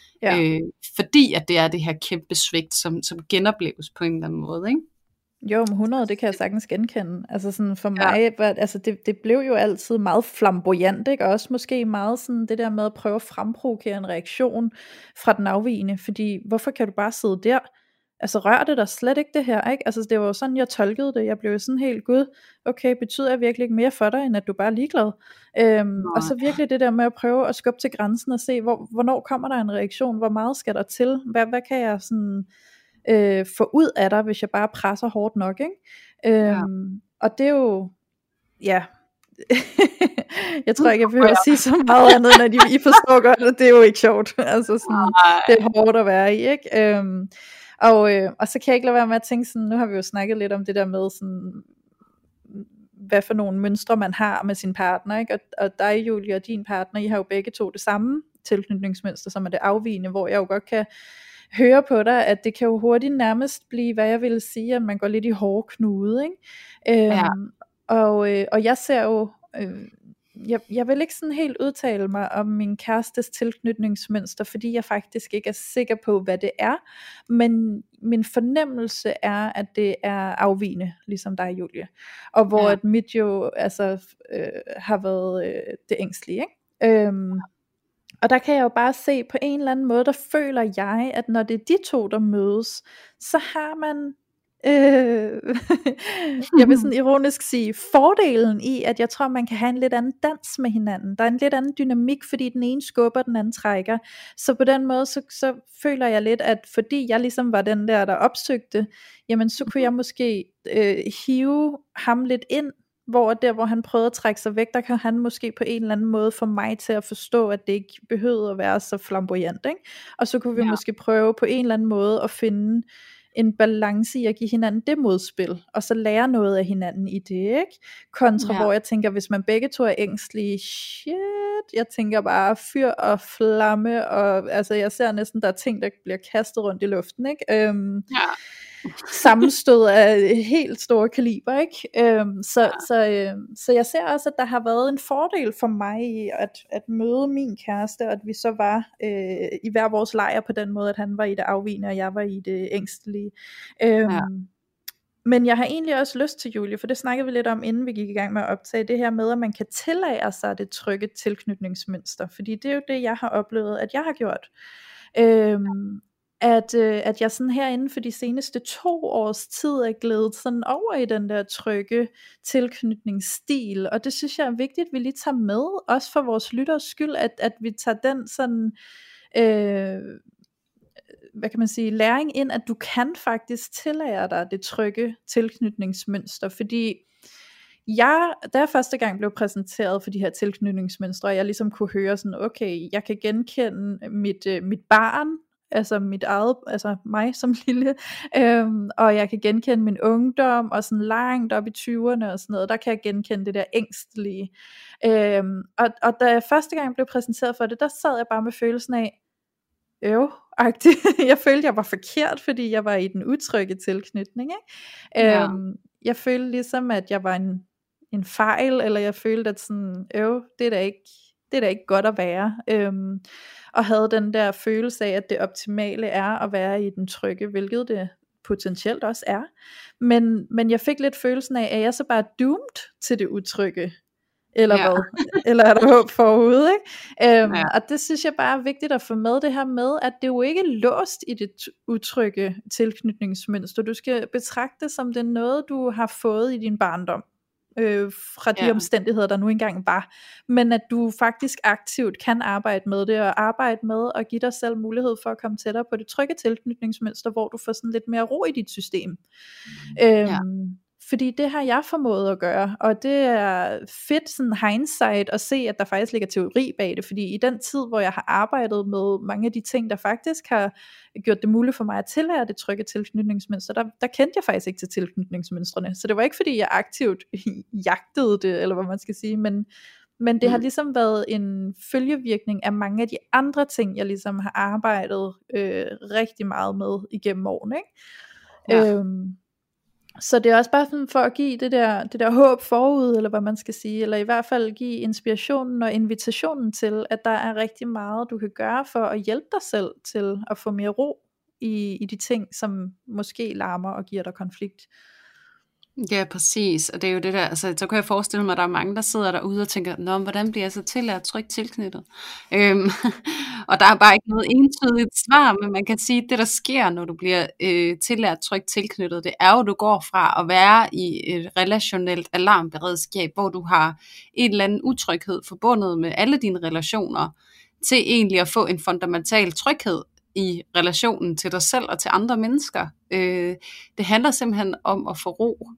fordi at det er det her kæmpe svigt, som genopleves på en eller anden måde, ikke? Jo, om 100, det kan jeg sagtens genkende. Altså sådan for mig, altså det blev jo altid meget flamboyant, ikke? Og også måske meget sådan det der med at prøve at fremprovokere en reaktion fra den afvigende, fordi hvorfor kan du bare sidde der? Altså rør det der slet ikke det her, ikke? Altså det var jo sådan, jeg tolkede det. Jeg blev jo sådan helt, gud, okay, betyder jeg virkelig ikke mere for dig, end at du bare er ligeglad? Og så virkelig det der med at prøve at skubbe til grænsen og se, hvornår kommer der en reaktion? Hvor meget skal der til? Hvad kan jeg sådan få ud af dig, hvis jeg bare presser hårdt nok, ikke? Og det er jo, jeg tror ikke, jeg behøver at sige så meget andet, end at I forstår godt, at det er jo ikke sjovt. Altså sådan, det er hårdt at være i, ikke? Og så kan jeg ikke lade være med at tænke sådan, nu har vi jo snakket lidt om det der med sådan, hvad for nogle mønstre man har med sin partner, ikke? Og dig, Julie, og din partner, I har jo begge to det samme tilknytningsmønster, som er det afvigende, hvor jeg jo godt kan høre på dig, at det kan jo hurtigt nærmest blive, hvad jeg vil sige, at man går lidt i hårde knude, ikke? Og jeg ser jo, jeg vil ikke sådan helt udtale mig om min kærestes tilknytningsmønster, fordi jeg faktisk ikke er sikker på, hvad det er, men min fornemmelse er, at det er afvigende, ligesom dig, Julie, og hvor at mit jo har været det ængstlige, ikke? Og der kan jeg jo bare se, på en eller anden måde, der føler jeg, at når det er de to, der mødes, så har man, jeg vil sådan ironisk sige, fordelen i, at jeg tror, man kan have en lidt anden dans med hinanden. Der er en lidt anden dynamik, fordi den ene skubber, den anden trækker. Så på den måde, så føler jeg lidt, at fordi jeg ligesom var den der opsøgte, jamen så kunne jeg måske hive ham lidt ind, hvor han prøvede at trække sig væk, der kan han måske på en eller anden måde få mig til at forstå, at det ikke behøvede at være så flamboyant, ikke? Og så kunne vi måske prøve på en eller anden måde at finde en balance i at give hinanden det modspil, og så lære noget af hinanden i det, ikke? Kontra hvor jeg tænker, hvis man begge to er ængstlige, jeg tænker bare fyr og flamme, og altså jeg ser næsten, der er ting, der bliver kastet rundt i luften, ikke? sammenstød af helt store kaliber, ikke? Så jeg ser også, at der har været en fordel for mig i at møde min kæreste, og at vi så var i hver vores lejr på den måde, at han var i det afvigende, og jeg var i det ængstelige. Men jeg har egentlig også lyst til, Julie, for det snakkede vi lidt om, inden vi gik i gang med at optage, det her med, at man kan tillære sig det trygge tilknytningsmønster, fordi det er jo det, jeg har oplevet, at jeg har gjort. At jeg sådan herinde for de seneste 2 års tid er glædet sådan over i den der trygge tilknytningsstil, og det synes jeg er vigtigt, at vi lige tager med, også for vores lytters skyld, at vi tager den sådan, hvad kan man sige, læring ind, at du kan faktisk tillære dig det trygge tilknytningsmønster, fordi da jeg første gang blev præsenteret for de her tilknytningsmønstre, og jeg ligesom kunne høre sådan, okay, jeg kan genkende mit barn, altså mit eget, altså mig som lille, og jeg kan genkende min ungdom, og sådan langt op i 20'erne og sådan noget, der kan jeg genkende det der ængstelige. Og da jeg første gang blev præsenteret for det, der sad jeg bare med følelsen af, jeg følte jeg var forkert, fordi jeg var i den utrygge tilknytning, ikke? Ja. Jeg følte ligesom at jeg var en fejl, eller jeg følte at sådan, det er da ikke godt at være, og havde den der følelse af at det optimale er at være i den trygge, hvilket det potentielt også er, men jeg fik lidt følelsen af, at jeg så bare doomed til det utrygge, eller hvad, eller er der håb forude, ikke? Og det synes jeg bare er vigtigt at få med, det her med, at det jo ikke er låst i det utrygge tilknytningsmønster. Du skal betragte det som det er noget, du har fået i din barndom, fra de omstændigheder, der nu engang var, men at du faktisk aktivt kan arbejde med det, og arbejde med at give dig selv mulighed for at komme tættere på det trygge tilknytningsmønster, hvor du får sådan lidt mere ro i dit system. Fordi det har jeg formået at gøre, og det er fedt sådan hindsight at se, at der faktisk ligger teori bag det, fordi i den tid, hvor jeg har arbejdet med mange af de ting, der faktisk har gjort det muligt for mig at tillære det trygge tilknytningsmønster, der kendte jeg faktisk ikke til tilknytningsmønstrene, så det var ikke fordi jeg aktivt jagtede det, eller hvad man skal sige, men det har ligesom været en følgevirkning af mange af de andre ting, jeg ligesom har arbejdet rigtig meget med igennem årene, ikke? Så det er også bare sådan for at give det der håb forud, eller hvad man skal sige, eller i hvert fald give inspirationen og invitationen til, at der er rigtig meget, du kan gøre for at hjælpe dig selv til at få mere ro i de ting, som måske larmer og giver dig konflikt. Ja, præcis. Og det er jo det der, altså, så kan jeg forestille mig, at der er mange, der sidder derude og tænker, nå, hvordan bliver jeg så tillært trygt tilknyttet? Og der er bare ikke noget entydigt svar, men man kan sige, at det der sker, når du bliver tillært trygt tilknyttet, det er jo, at du går fra at være i et relationelt alarmberedskab, hvor du har en eller anden utryghed forbundet med alle dine relationer, til egentlig at få en fundamental tryghed i relationen til dig selv og til andre mennesker. Det handler simpelthen om at få ro.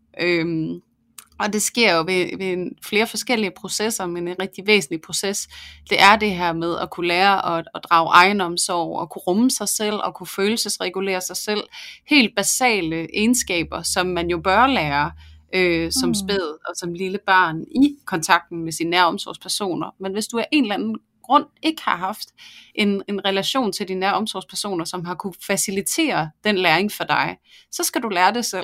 Og det sker jo ved flere forskellige processer, men en rigtig væsentlig proces, det er det her med at kunne lære at drage egenomsorg, og kunne rumme sig selv, og kunne følelsesregulere sig selv. Helt basale egenskaber, som man jo bør lære som spæd og som lille barn i kontakten med sine næromsorgspersoner. Men hvis du af en eller anden grund ikke har haft en relation til dine nære omsorgspersoner, som har kunne facilitere den læring for dig, så skal du lære det selv.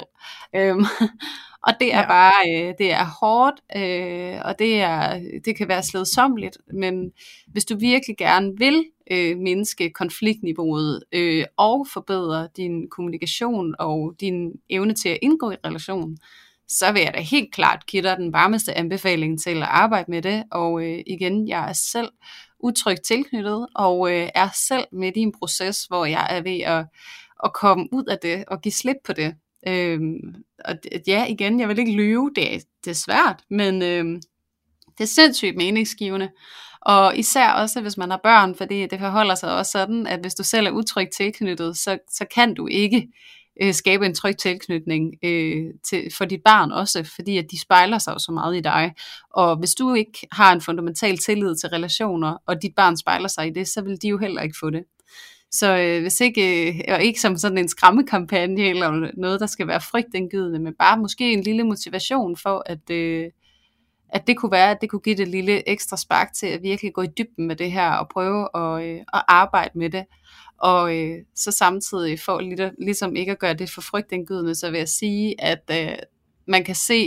Og det er bare, det er hårdt, og det kan være slidsomt, men hvis du virkelig gerne vil mindske konfliktniveauet og forbedre din kommunikation og din evne til at indgå i relationen, så vil jeg da helt klart give dig den varmeste anbefaling til at arbejde med det. Og igen, jeg er selv utrygt tilknyttet, og er selv midt i en proces, hvor jeg er ved at komme ud af det og give slip på det. Og ja, igen, jeg vil ikke lyve, det er svært, men det er sindssygt meningsgivende. Og især også, hvis man har børn, fordi det forholder sig også sådan, at hvis du selv er utrygt tilknyttet, så kan du ikke skabe en tryg tilknytning for dit barn også, fordi at de spejler sig jo så meget i dig. Og hvis du ikke har en fundamental tillid til relationer, og dit barn spejler sig i det, så vil de jo heller ikke få det. Så hvis ikke, og ikke som sådan en skræmmekampagne, eller noget, der skal være frygtindgydende, men bare måske en lille motivation for, at det kunne være, at det kunne give det lille ekstra spark til at virkelig gå i dybden med det her, og prøve at arbejde med det. Og så samtidig for ligesom ikke at gøre det for frygtindgydende, så vil jeg sige, at man kan se,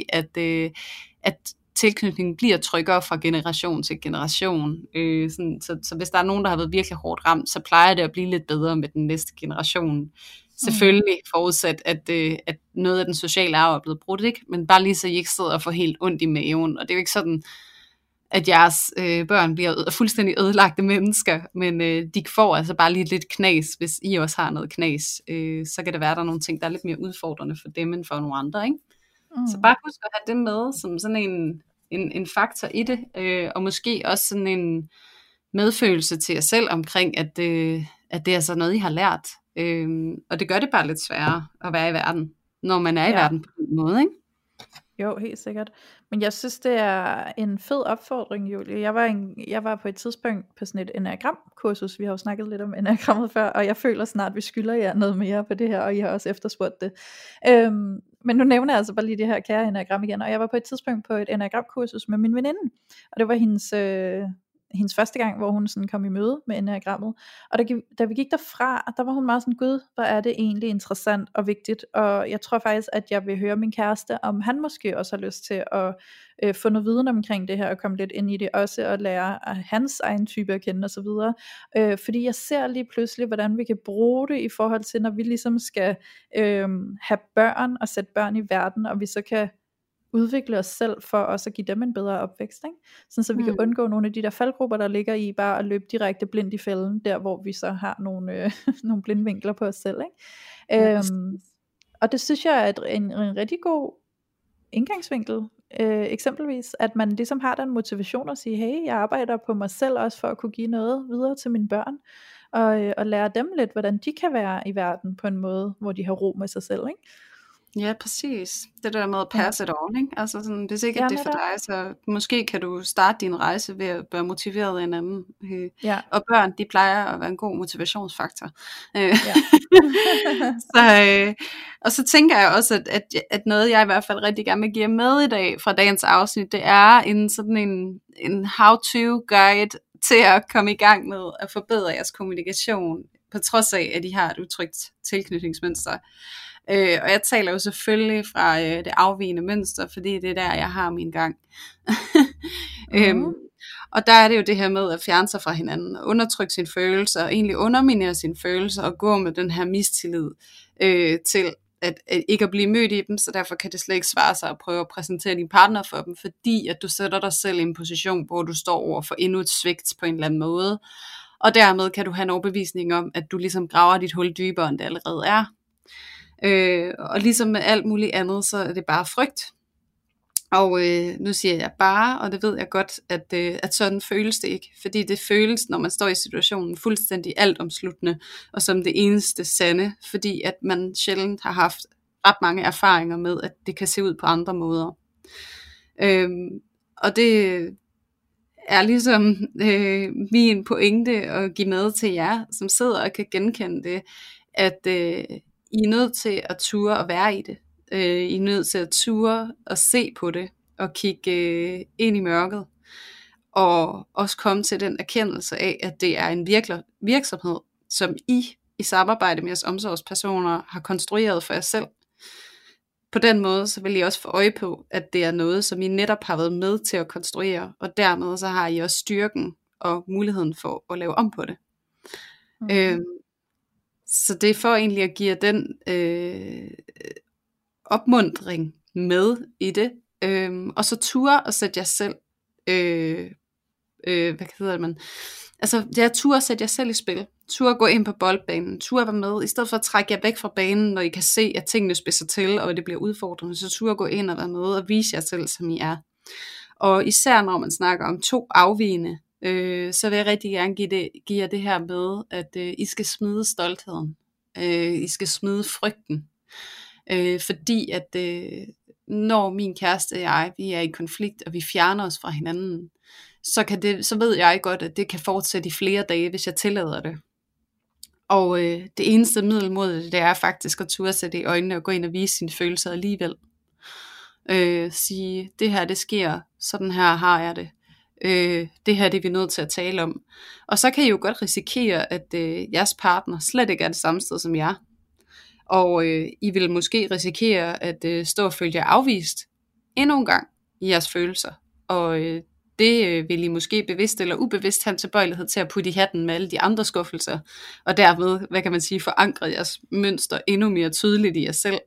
at tilknytningen bliver tryggere fra generation til generation. Så hvis der er nogen, der har været virkelig hårdt ramt, så plejer det at blive lidt bedre med den næste generation. Selvfølgelig forudsat, at noget af den sociale arv er blevet brudt, ikke? Men bare lige så I ikke sidder og får helt ondt i maven. Og det er jo ikke sådan, at jeres børn bliver fuldstændig ødelagte mennesker, men de får altså bare lige lidt knas, hvis I også har noget knas. Så kan det være, at der er nogle ting, der er lidt mere udfordrende for dem end for nogle andre, ikke? Så bare husk at have det med som sådan en faktor i det, og måske også sådan en medfølelse til jer selv omkring, at det er altså noget, I har lært. Og det gør det bare lidt sværere at være i verden, når man er i verden på den måde, ikke? Jo, helt sikkert. Men jeg synes, det er en fed opfordring, Julie. Jeg var på et tidspunkt på sådan et enneagram-kursus. Vi har jo snakket lidt om enneagrammet før, og jeg føler snart, vi skylder jer noget mere på det her, og I har også efterspurgt det. Men nu nævner jeg altså bare lige det her kære enneagram igen, og jeg var på et tidspunkt på et enneagram-kursus med min veninde, og det var hendes første gang, hvor hun sådan kom i møde med enneagrammet. Og da vi gik derfra, der var hun meget sådan, gud, hvor er det egentlig interessant og vigtigt. Og jeg tror faktisk, at jeg vil høre min kæreste, om han måske også har lyst til at få noget viden omkring det her, og komme lidt ind i det også, og lære hans egen type at kende osv. Fordi jeg ser lige pludselig, hvordan vi kan bruge det i forhold til, når vi ligesom skal have børn, og sætte børn i verden, og vi så kan udvikle os selv for også at give dem en bedre opvækst, ikke? Sådan så vi kan undgå nogle af de der faldgrupper, der ligger i bare at løbe direkte blindt i fælden, der hvor vi så har nogle blindvinkler på os selv, ikke? Og det synes jeg er en rigtig god indgangsvinkel, eksempelvis, at man ligesom har den motivation at sige, hey, jeg arbejder på mig selv også for at kunne give noget videre til mine børn, og lære dem lidt, hvordan de kan være i verden på en måde, hvor de har ro med sig selv, ikke? Ja, præcis. Det der med at passe it on, ikke? Altså sådan, hvis ikke det er for dig, så måske kan du starte din rejse ved at være motiveret af en anden. Og børn, de plejer at være en god motivationsfaktor. Og så tænker jeg også, at noget jeg i hvert fald rigtig gerne vil give med i dag fra dagens afsnit, det er en how-to guide til at komme i gang med at forbedre jeres kommunikation, på trods af, at I har et utrygt tilknytningsmønster. Og jeg taler jo selvfølgelig fra det afvigende mønster, fordi det er der, jeg har min gang. Og der er det jo det her med at fjerne sig fra hinanden, undertrykke sine følelser, og egentlig underminere sine følelser, og gå med den her mistillid til at ikke at blive mødt i dem, så derfor kan det slet ikke svare sig at prøve at præsentere din partner for dem, fordi at du sætter dig selv i en position, hvor du står over for endnu et svigt på en eller anden måde, og dermed kan du have en overbevisning om, at du ligesom graver dit hul dybere, end det allerede er. Og ligesom med alt muligt andet, så er det bare frygt. Og nu siger jeg bare, og det ved jeg godt, at sådan føles det ikke. Fordi det føles, når man står i situationen, fuldstændig altomsluttende, og som det eneste sande, fordi at man sjældent har haft ret mange erfaringer med, at det kan se ud på andre måder. Og det er ligesom min pointe at give med til jer, som sidder og kan genkende det, at I er nødt til at ture og være i det. I er nødt til at ture og se på det, og kigge ind i mørket, og også komme til den erkendelse af, at det er en virksomhed, som I samarbejde med jeres omsorgspersoner har konstrueret for jer selv. På den måde, så vil I også få øje på, at det er noget, som I netop har været med til at konstruere, og dermed så har I også styrken og muligheden for at lave om på det. Så det er for egentlig at give jer den opmuntring med i det, og så ture og sætte jer selv, hvad hedder man? Altså det er ture at sætte jer selv i spil, ture at gå ind på boldbanen, ture at være med, i stedet for at trække jer væk fra banen, når I kan se, at tingene spidser til, og det bliver udfordrende, så ture at gå ind og være med og vise jer selv, som I er. Og især når man snakker om to afvigende, så vil jeg rigtig gerne give jer det her med, at I skal smide stoltheden, I skal smide frygten, fordi at når min kæreste og jeg, vi er i konflikt, og vi fjerner os fra hinanden, så ved jeg godt, at det kan fortsætte i flere dage, hvis jeg tillader det. Og det eneste middel mod det er faktisk at turde sætte i øjnene og gå ind og vise sine følelser alligevel. Sige, det her det sker, sådan her har jeg det. Det her det er vi nødt til at tale om. Og så kan I jo godt risikere, at jeres partner slet ikke er det samme sted som jer. Og I vil måske risikere at stå og føle jer afvist endnu en gang i jeres følelser. Og det vil I måske bevidst eller ubevidst have en tilbøjelighed til at putte i hatten med alle de andre skuffelser. Og dermed, hvad kan man sige, forankre jeres mønster endnu mere tydeligt i jer selv.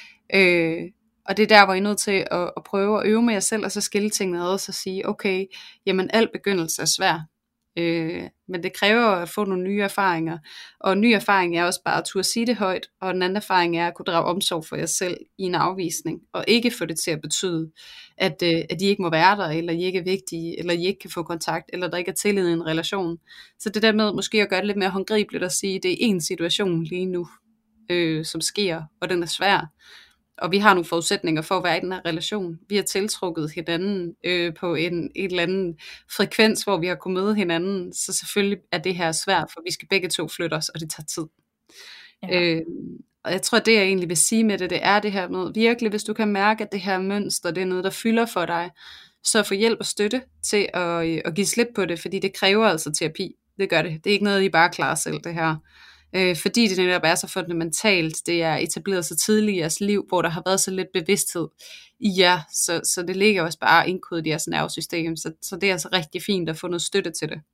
Og det er der, hvor I er nødt til at prøve at øve med jer selv, og så skille tingene ad, og så sige, okay, jamen al begyndelse er svær. Men det kræver at få nogle nye erfaringer. Og en ny erfaring er også bare at turde sige det højt, og en anden erfaring er at kunne drage omsorg for jer selv i en afvisning, og ikke få det til at betyde, at I ikke må være der, eller I ikke er vigtige, eller I ikke kan få kontakt, eller der ikke er tillid i en relation. Så det der med måske at gøre det lidt mere håndgribeligt og sige, det er en situation lige nu, som sker, og den er svær. Og vi har nogle forudsætninger for at være i den her relation. Vi har tiltrukket hinanden på en eller anden frekvens, hvor vi har kunnet møde hinanden. Så selvfølgelig er det her svært, for vi skal begge to flytte os, og det tager tid. Ja. Og jeg tror, det jeg egentlig vil sige med det er det her med, virkelig, hvis du kan mærke, at det her mønster, det er noget, der fylder for dig, så få hjælp og støtte til at give slip på det, fordi det kræver altså terapi. Det gør det. Det er ikke noget, I bare klarer selv, det her. Fordi det netop er så fundamentalt, det er etableret så tidligt i jeres liv, hvor der har været så lidt bevidsthed i jer, så det ligger også bare indkodet i jeres nervesystem, så det er altså rigtig fint at få noget støtte til det.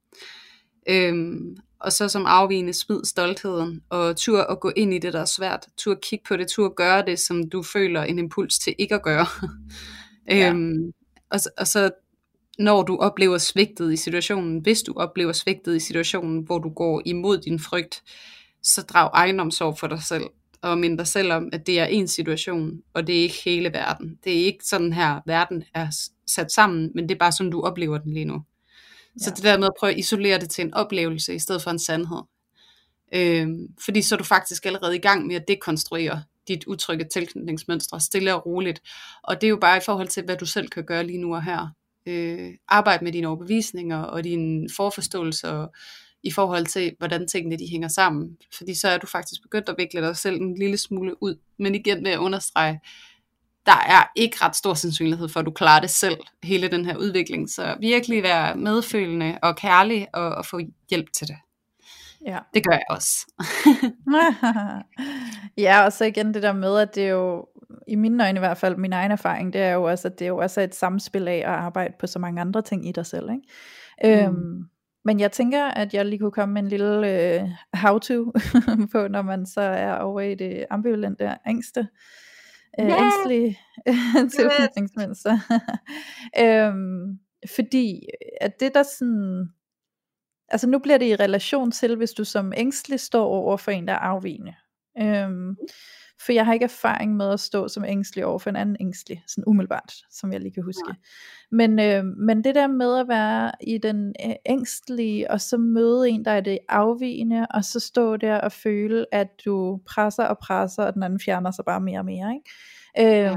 Og så som afvigende, smid stoltheden, og tur at gå ind i det, der er svært, tur at kigge på det, tur at gøre det, som du føler en impuls til ikke at gøre. Ja. Og så når du oplever svigtet i situationen, hvis du oplever svigtet i situationen, hvor du går imod din frygt, så drag egenomsorg for dig selv, og mind dig selv om, at det er en situation, og det er ikke hele verden. Det er ikke sådan her, verden er sat sammen, men det er bare sådan, du oplever den lige nu. Så det der med at prøve at isolere det til en oplevelse, i stedet for en sandhed. Fordi så er du faktisk allerede i gang med at dekonstruere dit utrygge tilknytningsmønstre, stille og roligt. Og det er jo bare i forhold til, hvad du selv kan gøre lige nu og her. Arbejde med dine overbevisninger og dine forforståelser i forhold til, hvordan tingene de hænger sammen. Fordi så er du faktisk begyndt at vikle dig selv en lille smule ud. Men igen vil jeg understrege, der er ikke ret stor sandsynlighed for, at du klarer det selv, hele den her udvikling. Så virkelig være medfølende og kærlig og få hjælp til det. Ja. Det gør jeg også. Ja, og så igen det der med, at det er jo, i mine øjne i hvert fald, min egen erfaring, det er jo også, at det er jo også et samspil af at arbejde på så mange andre ting i dig selv, ikke? Men jeg tænker, at jeg lige kunne komme med en lille how-to på, når man så er over i det ambivalente ængste. Ængstlige tilknytningsmønster. Fordi at det der sådan, altså nu bliver det i relation til, hvis du som ængstelig står over for en, der er afvigende. For jeg har ikke erfaring med at stå som ængstelig over for en anden ængstelig, sådan umiddelbart, som jeg lige kan huske. Men det der med at være i den ængstlige, og så møde en, der er det afvigende, og så stå der og føle, at du presser, og den anden fjerner sig bare mere og mere, ikke?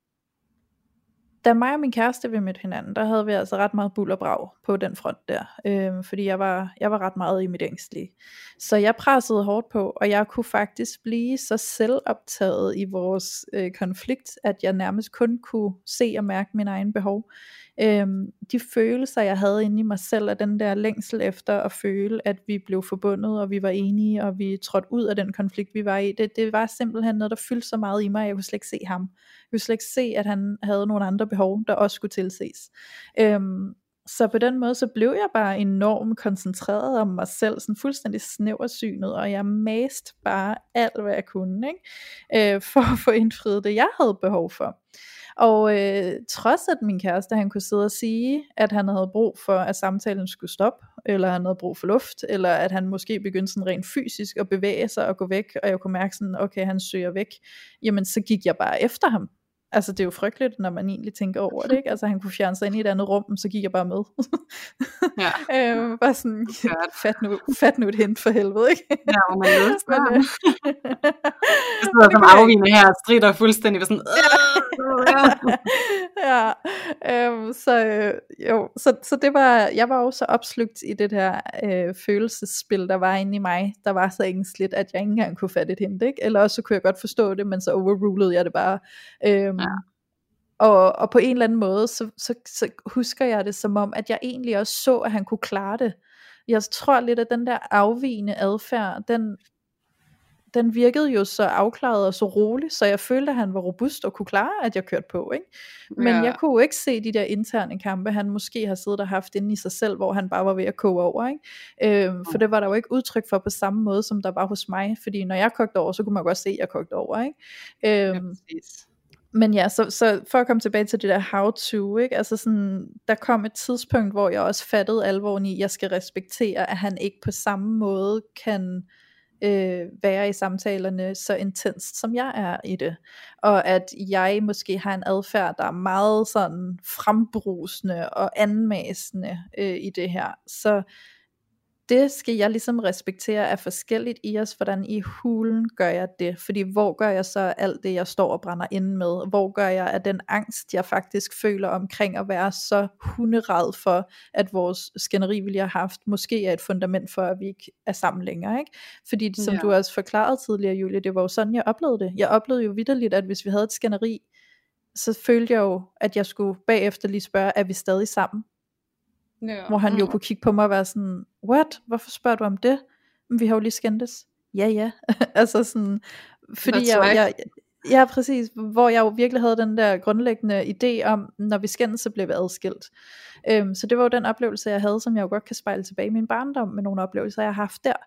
Da mig og min kæreste vi mødte hinanden, der havde vi altså ret meget bull og brag på den front der, fordi jeg var ret meget i mit ængstlige. Så jeg pressede hårdt på, og jeg kunne faktisk blive så selvoptaget i vores konflikt, at jeg nærmest kun kunne se og mærke mine egne behov. De følelser jeg havde inde i mig selv, af den der længsel efter at føle, at vi blev forbundet, og vi var enige, og vi trådte ud af den konflikt vi var i, det var simpelthen noget, der fyldte så meget i mig, jeg kunne slet ikke se ham. Jeg kunne slet ikke se, at han havde nogle andre behov, der også skulle tilses. Så på den måde, så blev jeg bare enormt koncentreret om mig selv, sådan fuldstændig snæversynet, og jeg mast bare alt, hvad jeg kunne, ikke? For at få indfriet det, jeg havde behov for. Og trods at min kæreste, han kunne sidde og sige, at han havde brug for, at samtalen skulle stoppe, eller han havde brug for luft, eller at han måske begyndte sådan rent fysisk at bevæge sig og gå væk, og jeg kunne mærke sådan, okay, han søger væk, jamen så gik jeg bare efter ham. Altså det er jo frygteligt, når man egentlig tænker over det, ikke? Altså han kunne fjerne sig ind i et andet rum, så gik jeg bare med. Bare sådan, fat nu et hint for helvede, ikke? Ja, hvor man løser. Jeg sidder som afvigende her og strider fuldstændig sådan, så det var, jeg var jo så opslugt i det her følelsesspil, der var inde i mig, der var så ængstligt, at jeg ikke engang kunne fatte et hint, ikke? Eller også så kunne jeg godt forstå det, men så overrulede jeg det bare. Og på en eller anden måde, så husker jeg det som om, at jeg egentlig også så, at han kunne klare det. Jeg tror lidt, at den der afvigende adfærd, den virkede jo så afklaret og så rolig, så jeg følte, at han var robust og kunne klare, at jeg kørte på, ikke? Men jeg kunne jo ikke se de der interne kampe, han måske har siddet og haft inde i sig selv, hvor han bare var ved at koge over, ikke? For det var der jo ikke udtryk for på samme måde, som der var hos mig, fordi når jeg kogte over, så kunne man godt se, at jeg kogte over, ikke? Men ja, så for at komme tilbage til det der how to, ikke? Altså sådan, der kom et tidspunkt, hvor jeg også fattede alvoren i, at jeg skal respektere, at han ikke på samme måde kan være i samtalerne så intenst, som jeg er i det. Og at jeg måske har en adfærd, der er meget sådan frembrusende og anmasende i det her. Så det skal jeg ligesom respektere er forskelligt i os, hvordan i hulen gør jeg det, fordi hvor gør jeg så alt det, jeg står og brænder inde med, hvor gør jeg af den angst, jeg faktisk føler omkring at være så hunderad for, at vores skænderi, vi lige har haft, måske er et fundament for, at vi ikke er sammen længere, ikke? Fordi som du også forklarede tidligere, Julie, det var jo sådan, jeg oplevede det. Jeg oplevede jo vitterligt, at hvis vi havde et skænderi, så følte jeg jo, at jeg skulle bagefter lige spørge, er vi stadig sammen? Ja. Hvor han jo kunne kigge på mig og være sådan, what? Hvorfor spørger du om det? Men vi har jo lige skændtes. Ja. Altså sådan, fordi ja, præcis, hvor jeg jo virkelig havde den der grundlæggende idé om, når vi skændes, så bliver vi adskilt. Så det var jo den oplevelse, jeg havde, som jeg jo godt kan spejle tilbage i min barndom, med nogle oplevelser, jeg har haft der.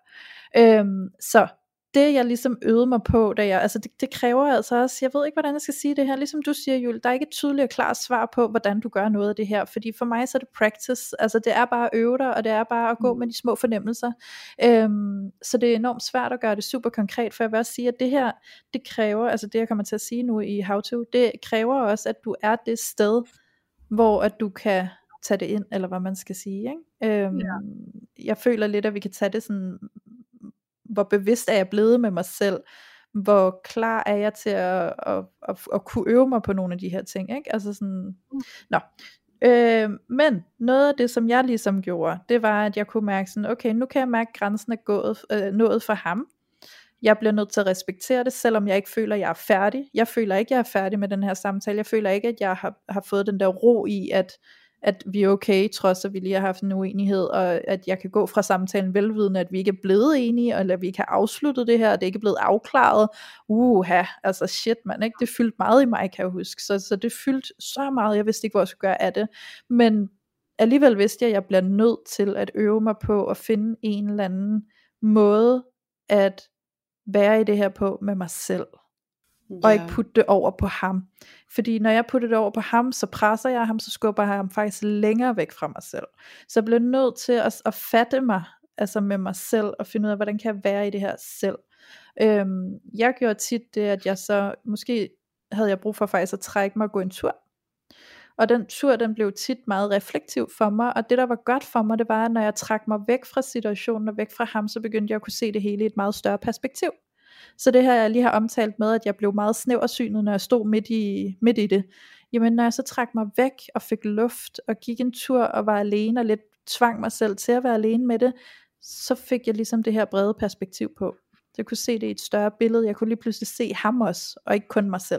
Så det jeg ligesom øvede mig på, altså det kræver altså også, jeg ved ikke hvordan jeg skal sige det her, ligesom du siger, Julie, der er ikke et tydeligt og klart svar på, hvordan du gør noget af det her, fordi for mig så er det practice, altså det er bare at øve dig, og det er bare at gå med de små fornemmelser, så det er enormt svært at gøre det super konkret, for jeg vil også sige, at det her, det kræver, altså det jeg kommer til at sige nu i How To, det kræver også, at du er det sted, hvor at du kan tage det ind, eller hvad man skal sige, ikke? Jeg føler lidt, at vi kan tage det sådan, hvor bevidst er jeg blevet med mig selv, hvor klar er jeg til at kunne øve mig på nogle af de her ting, ikke? Altså sådan, men noget af det, som jeg ligesom gjorde, det var, at jeg kunne mærke sådan, okay, nu kan jeg mærke, at grænsen er nået for ham. Jeg bliver nødt til at respektere det, selvom jeg ikke føler, at jeg er færdig. Jeg føler ikke, at jeg er færdig med den her samtale. Jeg føler ikke, at jeg har fået den der ro i, at vi er okay, trods at vi lige har haft en uenighed, og at jeg kan gå fra samtalen velvidende, at vi ikke er blevet enige, eller at vi ikke har afsluttet det her, og det ikke er blevet afklaret. Altså shit man, ikke? Det fyldte meget i mig, kan jeg huske. Så det fyldte så meget, jeg vidste ikke, hvor jeg skulle gøre af det. Men alligevel vidste jeg, at jeg bliver nødt til at øve mig på, at finde en eller anden måde, at være i det her på med mig selv. Og ikke putte det over på ham. Fordi når jeg putter det over på ham, så presser jeg ham, så skubber jeg ham faktisk længere væk fra mig selv. Så jeg bliver nødt til at fatte mig, altså med mig selv, og finde ud af, hvordan kan jeg være i det her selv. Jeg gjorde tit det, at jeg så, måske havde jeg brug for faktisk at trække mig og gå en tur. Og den tur, den blev tit meget reflektiv for mig, og det der var godt for mig, det var, at når jeg trak mig væk fra situationen og væk fra ham, så begyndte jeg at kunne se det hele i et meget større perspektiv. Så det her jeg lige har omtalt med, at jeg blev meget snæversynet, når jeg stod midt i det. Jamen når jeg så trak mig væk og fik luft og gik en tur og var alene og lidt tvang mig selv til at være alene med det, så fik jeg ligesom det her brede perspektiv på. Jeg kunne se det i et større billede. Jeg kunne lige pludselig se ham også, og ikke kun mig selv.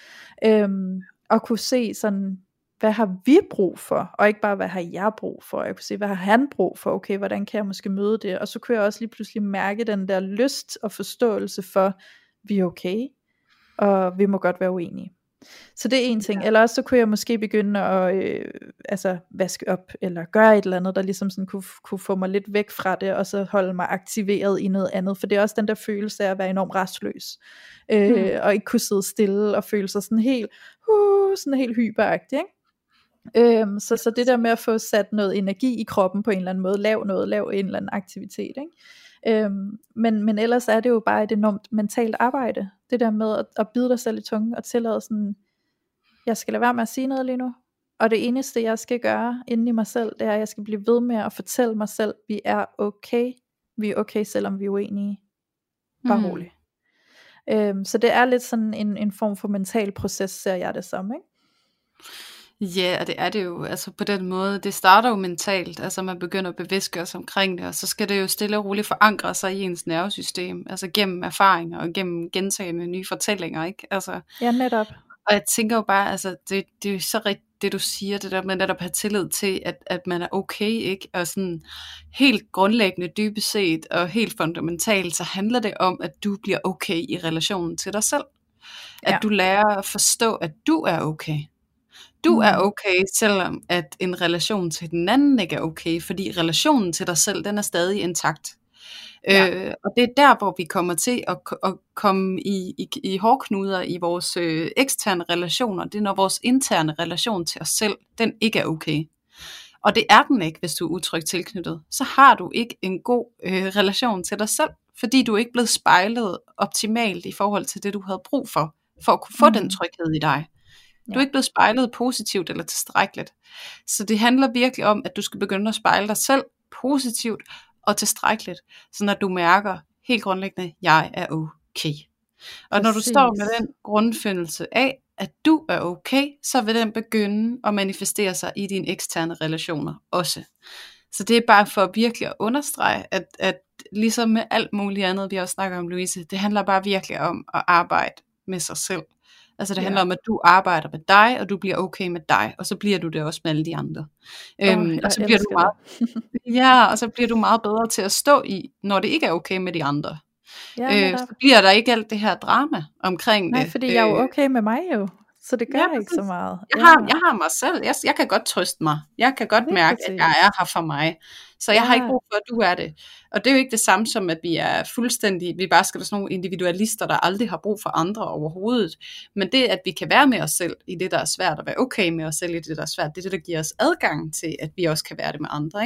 Og kunne se sådan, hvad har vi brug for, og ikke bare, hvad har jeg brug for. Jeg kunne se, hvad har han brug for, okay, hvordan kan jeg måske møde det, og så kunne jeg også lige pludselig mærke den der lyst og forståelse for, vi er okay, og vi må godt være uenige. Så det er en ting, eller også så kunne jeg måske begynde at vaske op, eller gøre et eller andet, der ligesom sådan kunne få mig lidt væk fra det, og så holde mig aktiveret i noget andet, for det er også den der følelse af at være enormt rastløs, og ikke kunne sidde stille, og føle sig sådan helt hyperagtig, ikke? Så det der med at få sat noget energi i kroppen på en eller anden måde, lav en eller anden aktivitet, ikke? Men ellers er det jo bare et enormt mentalt arbejde, det der med at bide dig selv i tungen og tillade sådan, jeg skal lade være med at sige noget lige nu, og det eneste jeg skal gøre inden i mig selv, det er at jeg skal blive ved med at fortælle mig selv, vi er okay selvom vi er uenige, bare roligt. Så det er lidt sådan en form for mental proces, ser jeg det som, ikke? Ja, og det er det jo, altså på den måde, det starter jo mentalt, altså man begynder at bevidstgøre sig omkring det, og så skal det jo stille og roligt forankre sig i ens nervesystem, altså gennem erfaringer og gennem gentagende nye fortællinger, ikke? Altså, ja, netop. Og jeg tænker jo bare, altså, det er jo så rigtigt, det du siger, det der med netop at have tillid til, at man er okay, ikke? Og sådan helt grundlæggende, dybest set, og helt fundamentalt, så handler det om, at du bliver okay i relationen til dig selv. At du lærer at forstå, at du er okay. Du er okay, selvom at en relation til den anden ikke er okay, fordi relationen til dig selv, den er stadig intakt. Og det er der, hvor vi kommer til at komme i hårdknuder i vores eksterne relationer. Det er når vores interne relation til os selv, den ikke er okay. Og det er den ikke, hvis du er utrygt tilknyttet. Så har du ikke en god relation til dig selv, fordi du er ikke blevet spejlet optimalt i forhold til det, du havde brug for at kunne få den tryghed i dig. Du er ikke blevet spejlet positivt eller tilstrækkeligt. Så det handler virkelig om, at du skal begynde at spejle dig selv positivt og tilstrækkeligt, så når du mærker helt grundlæggende, jeg er okay. Og når du står med den grundfølelse af, at du er okay, så vil den begynde at manifestere sig i dine eksterne relationer også. Så det er bare for virkelig at understrege, at ligesom med alt muligt andet, vi også snakker om, Louise, det handler bare virkelig om at arbejde med sig selv. Altså det handler om, at du arbejder med dig, og du bliver okay med dig, og så bliver du det også med alle de andre. Og så bliver du meget, og så bliver du meget bedre til at stå i, når det ikke er okay med de andre. Så bliver der ikke alt det her drama omkring det. Nej, fordi jeg er jo okay med mig jo, så det gør ikke så meget. Jeg har mig selv, jeg kan godt trøste mig, jeg kan godt mærke, at jeg er her for mig, så jeg har ikke brug for, at du er det. Og det er jo ikke det samme som, at vi er fuldstændig, vi bare skal være sådan nogle individualister, der aldrig har brug for andre overhovedet. Men det, at vi kan være med os selv i det, der er svært, og være okay med os selv i det, der er svært, det er det, der giver os adgang til, at vi også kan være det med andre,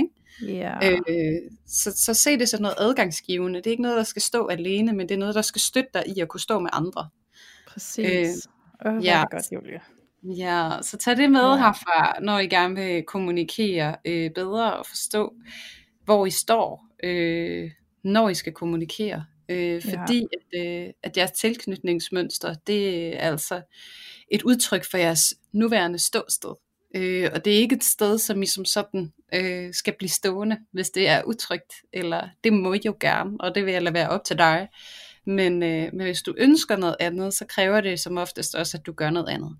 ikke? Så se det som noget adgangsgivende. Det er ikke noget, der skal stå alene, men det er noget, der skal støtte dig i at kunne stå med andre. Præcis. Det er godt, Julie. Ja, så tag det med herfra, når I gerne vil kommunikere bedre og forstå, hvor I står, når I skal kommunikere. Fordi at jeres tilknytningsmønster, det er altså et udtryk for jeres nuværende ståsted. Og det er ikke et sted, som I som sådan skal blive stående, hvis det er utrygt, eller det må I jo gerne, og det vil jeg lade være op til dig. Men hvis du ønsker noget andet, så kræver det som oftest også, at du gør noget andet.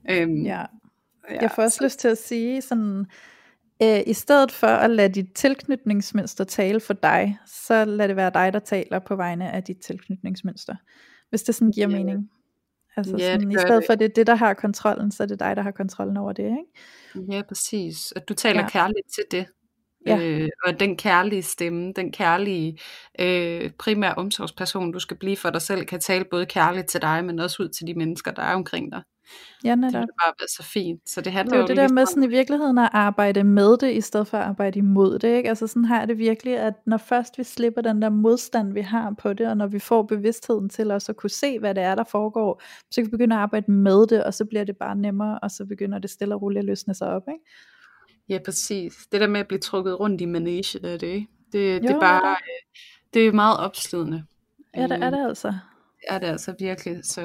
Jeg får også lyst til at sige sådan, i stedet for at lade dit tilknytningsmønster tale for dig, så lad det være dig, der taler på vegne af dit tilknytningsmønster. Hvis det sådan giver mening. Altså sådan, i stedet for det der har kontrollen, så er det dig, der har kontrollen over det, ikke? Ja, præcis. At du taler kærligt til det. Og den kærlige stemme, den kærlige primære omsorgsperson, du skal blive for dig selv, kan tale både kærligt til dig, men også ud til de mennesker, der er omkring dig. Ja, netop. Det vil bare være så fint. Så det handler det er jo det der med sådan i virkeligheden at arbejde med det, i stedet for at arbejde imod det, ikke? Altså sådan har jeg det virkelig, at når først vi slipper den der modstand, vi har på det, og når vi får bevidstheden til også at kunne se, hvad det er, der foregår, så kan vi begynde at arbejde med det, og så bliver det bare nemmere, og så begynder det stille og roligt at løsne sig op, ikke? Ja, præcis. Det der med at blive trukket rundt i manege, det er det, ikke? Det er bare, det er meget opslidende. Ja, det er det altså. Det er det altså virkelig, så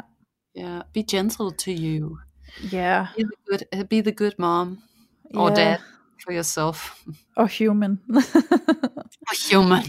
be gentle to you. Yeah. Be the good mom, or dad for yourself. Og human. Og human.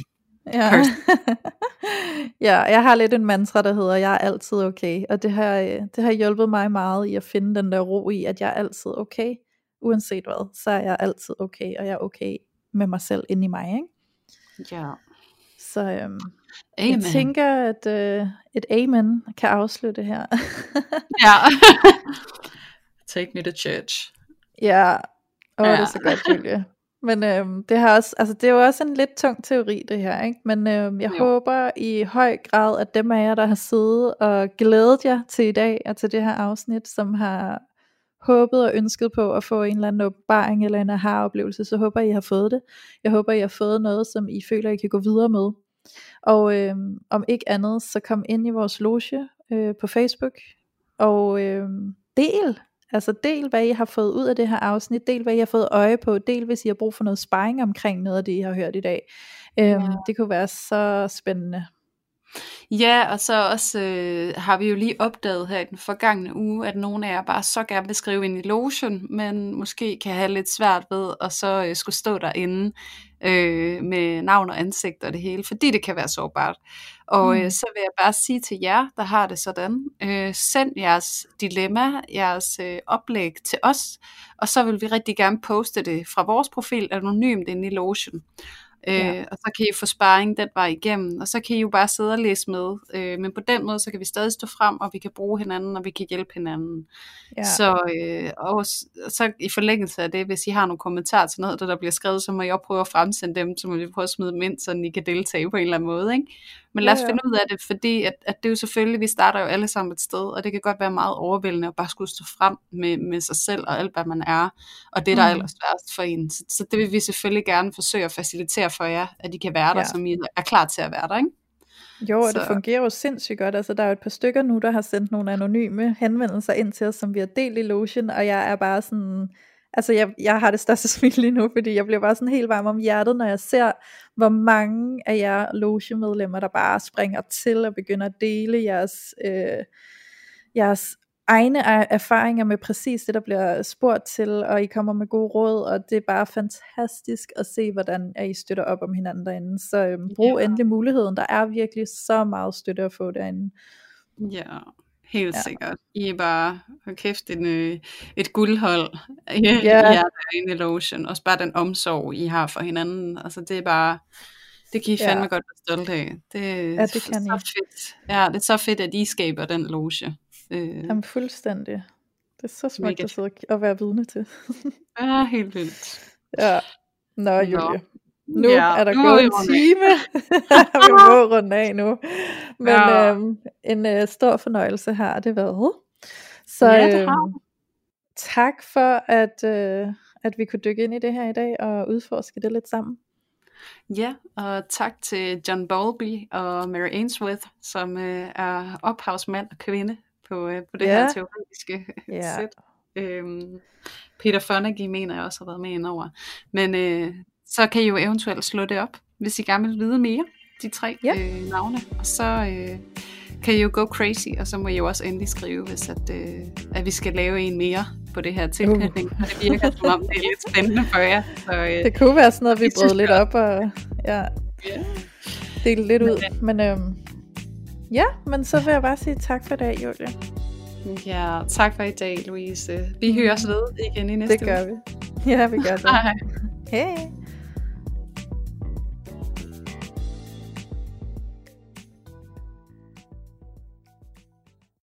Ja, jeg har lidt en mantra, der hedder, jeg er altid okay, og det har hjulpet mig meget i at finde den der ro i, at jeg er altid okay. Uanset hvad, så er jeg altid okay, og jeg er okay med mig selv inde i mig, ikke? Ja. Så jeg tænker, at et amen kan afslutte her. Ja. Take me to church. Ja, det er så godt, Julie. Men det har også, altså det er jo også en lidt tung teori det her, ikke? Men jeg håber i høj grad, at dem af jer, der har siddet og glædet jer til i dag og til det her afsnit, som har håbet og ønsket på at få en eller anden åbenbaring eller en aha-oplevelse, så håber I har fået det. Jeg håber I har fået noget, som I føler I kan gå videre med. Og om ikke andet, så kom ind i vores loge på Facebook og del hvad I har fået ud af det her afsnit, del hvad I har fået øje på, del hvis I har brug for noget sparring omkring noget af det I har hørt i dag. Det kunne være så spændende. Ja, og så også har vi jo lige opdaget her i den forgangne uge, at nogle af jer bare så gerne vil skrive ind i logen, men måske kan have lidt svært ved at så skulle stå derinde. med navn og ansigt og det hele, fordi det kan være sårbart. Og så vil jeg bare sige til jer, der har det sådan, send jeres dilemma, jeres oplæg til os, og så vil vi rigtig gerne poste det fra vores profil anonymt inde i Lotion. Og så kan I få sparring den vej igennem, og så kan I jo bare sidde og læse med, men på den måde, så kan vi stadig stå frem, og vi kan bruge hinanden, og vi kan hjælpe hinanden. Så i forlængelse af det, hvis I har nogle kommentarer til noget, der bliver skrevet, så må I også prøve at fremsende dem, så må vi prøve at smide dem ind, så I kan deltage på en eller anden måde, ikke? Men lad os finde ud af det, fordi at det er jo selvfølgelig, vi starter jo alle sammen et sted, og det kan godt være meget overvældende at bare skulle stå frem med sig selv og alt, hvad man er, og det, der er allersværest for en. Så det vil vi selvfølgelig gerne forsøge at facilitere for jer, at I kan være der, som I er klar til at være der, ikke? Jo, og det fungerer jo sindssygt godt. Altså, der er jo et par stykker nu, der har sendt nogle anonyme henvendelser ind til os, som vi har delt i Lotion, og jeg er bare sådan... Altså jeg har det største smil lige nu, fordi jeg bliver bare sådan helt varm om hjertet, når jeg ser, hvor mange af jer Loge-medlemmer, der bare springer til og begynder at dele jeres egne erfaringer med præcis det, der bliver spurgt til, og I kommer med gode råd, og det er bare fantastisk at se, hvordan I støtter op om hinanden derinde. Så brug endelig muligheden. Der er virkelig så meget støtte at få derinde. Ja. Helt sikkert. I er bare, kæft, et guldhold i inde i Lotion. Også bare den omsorg, I har for hinanden. Altså det er bare, det kan I fandme godt være stolt af. Det er det kan så fedt. Ja, det er så fedt, at I skaber den loge. Jamen fuldstændig. Det er så smukt at sidde og være vidne til. Ja, helt vildt. Ja. Nå, Julie. Nu er der gået en time. Vi må runde af nu. Men en stor fornøjelse har det været. Så det har. Tak for at vi kunne dykke ind i det her i dag og udforske det lidt sammen. Ja, og tak til John Bowlby og Mary Ainsworth, som er ophavsmand og kvinde på det her teoretiske sæt. Peter Fonagy mener jeg også har været med indover. Men så kan I jo eventuelt slå det op, hvis I gerne vil vide mere, de 3 navne. Og så kan I jo go crazy, og så må I jo også endelig skrive, hvis at vi skal lave en mere på det her tilknytning. Og det virker som om, det er lidt spændende for jer. Så, det kunne være sådan noget, vi brød lidt op og dele lidt ud. Men så vil jeg bare sige tak for i dag, Julie. Ja, tak for i dag, Louise. Vi høres ved igen i næste uge. Det gør vi. Ja, vi gør det. Hej. Hej.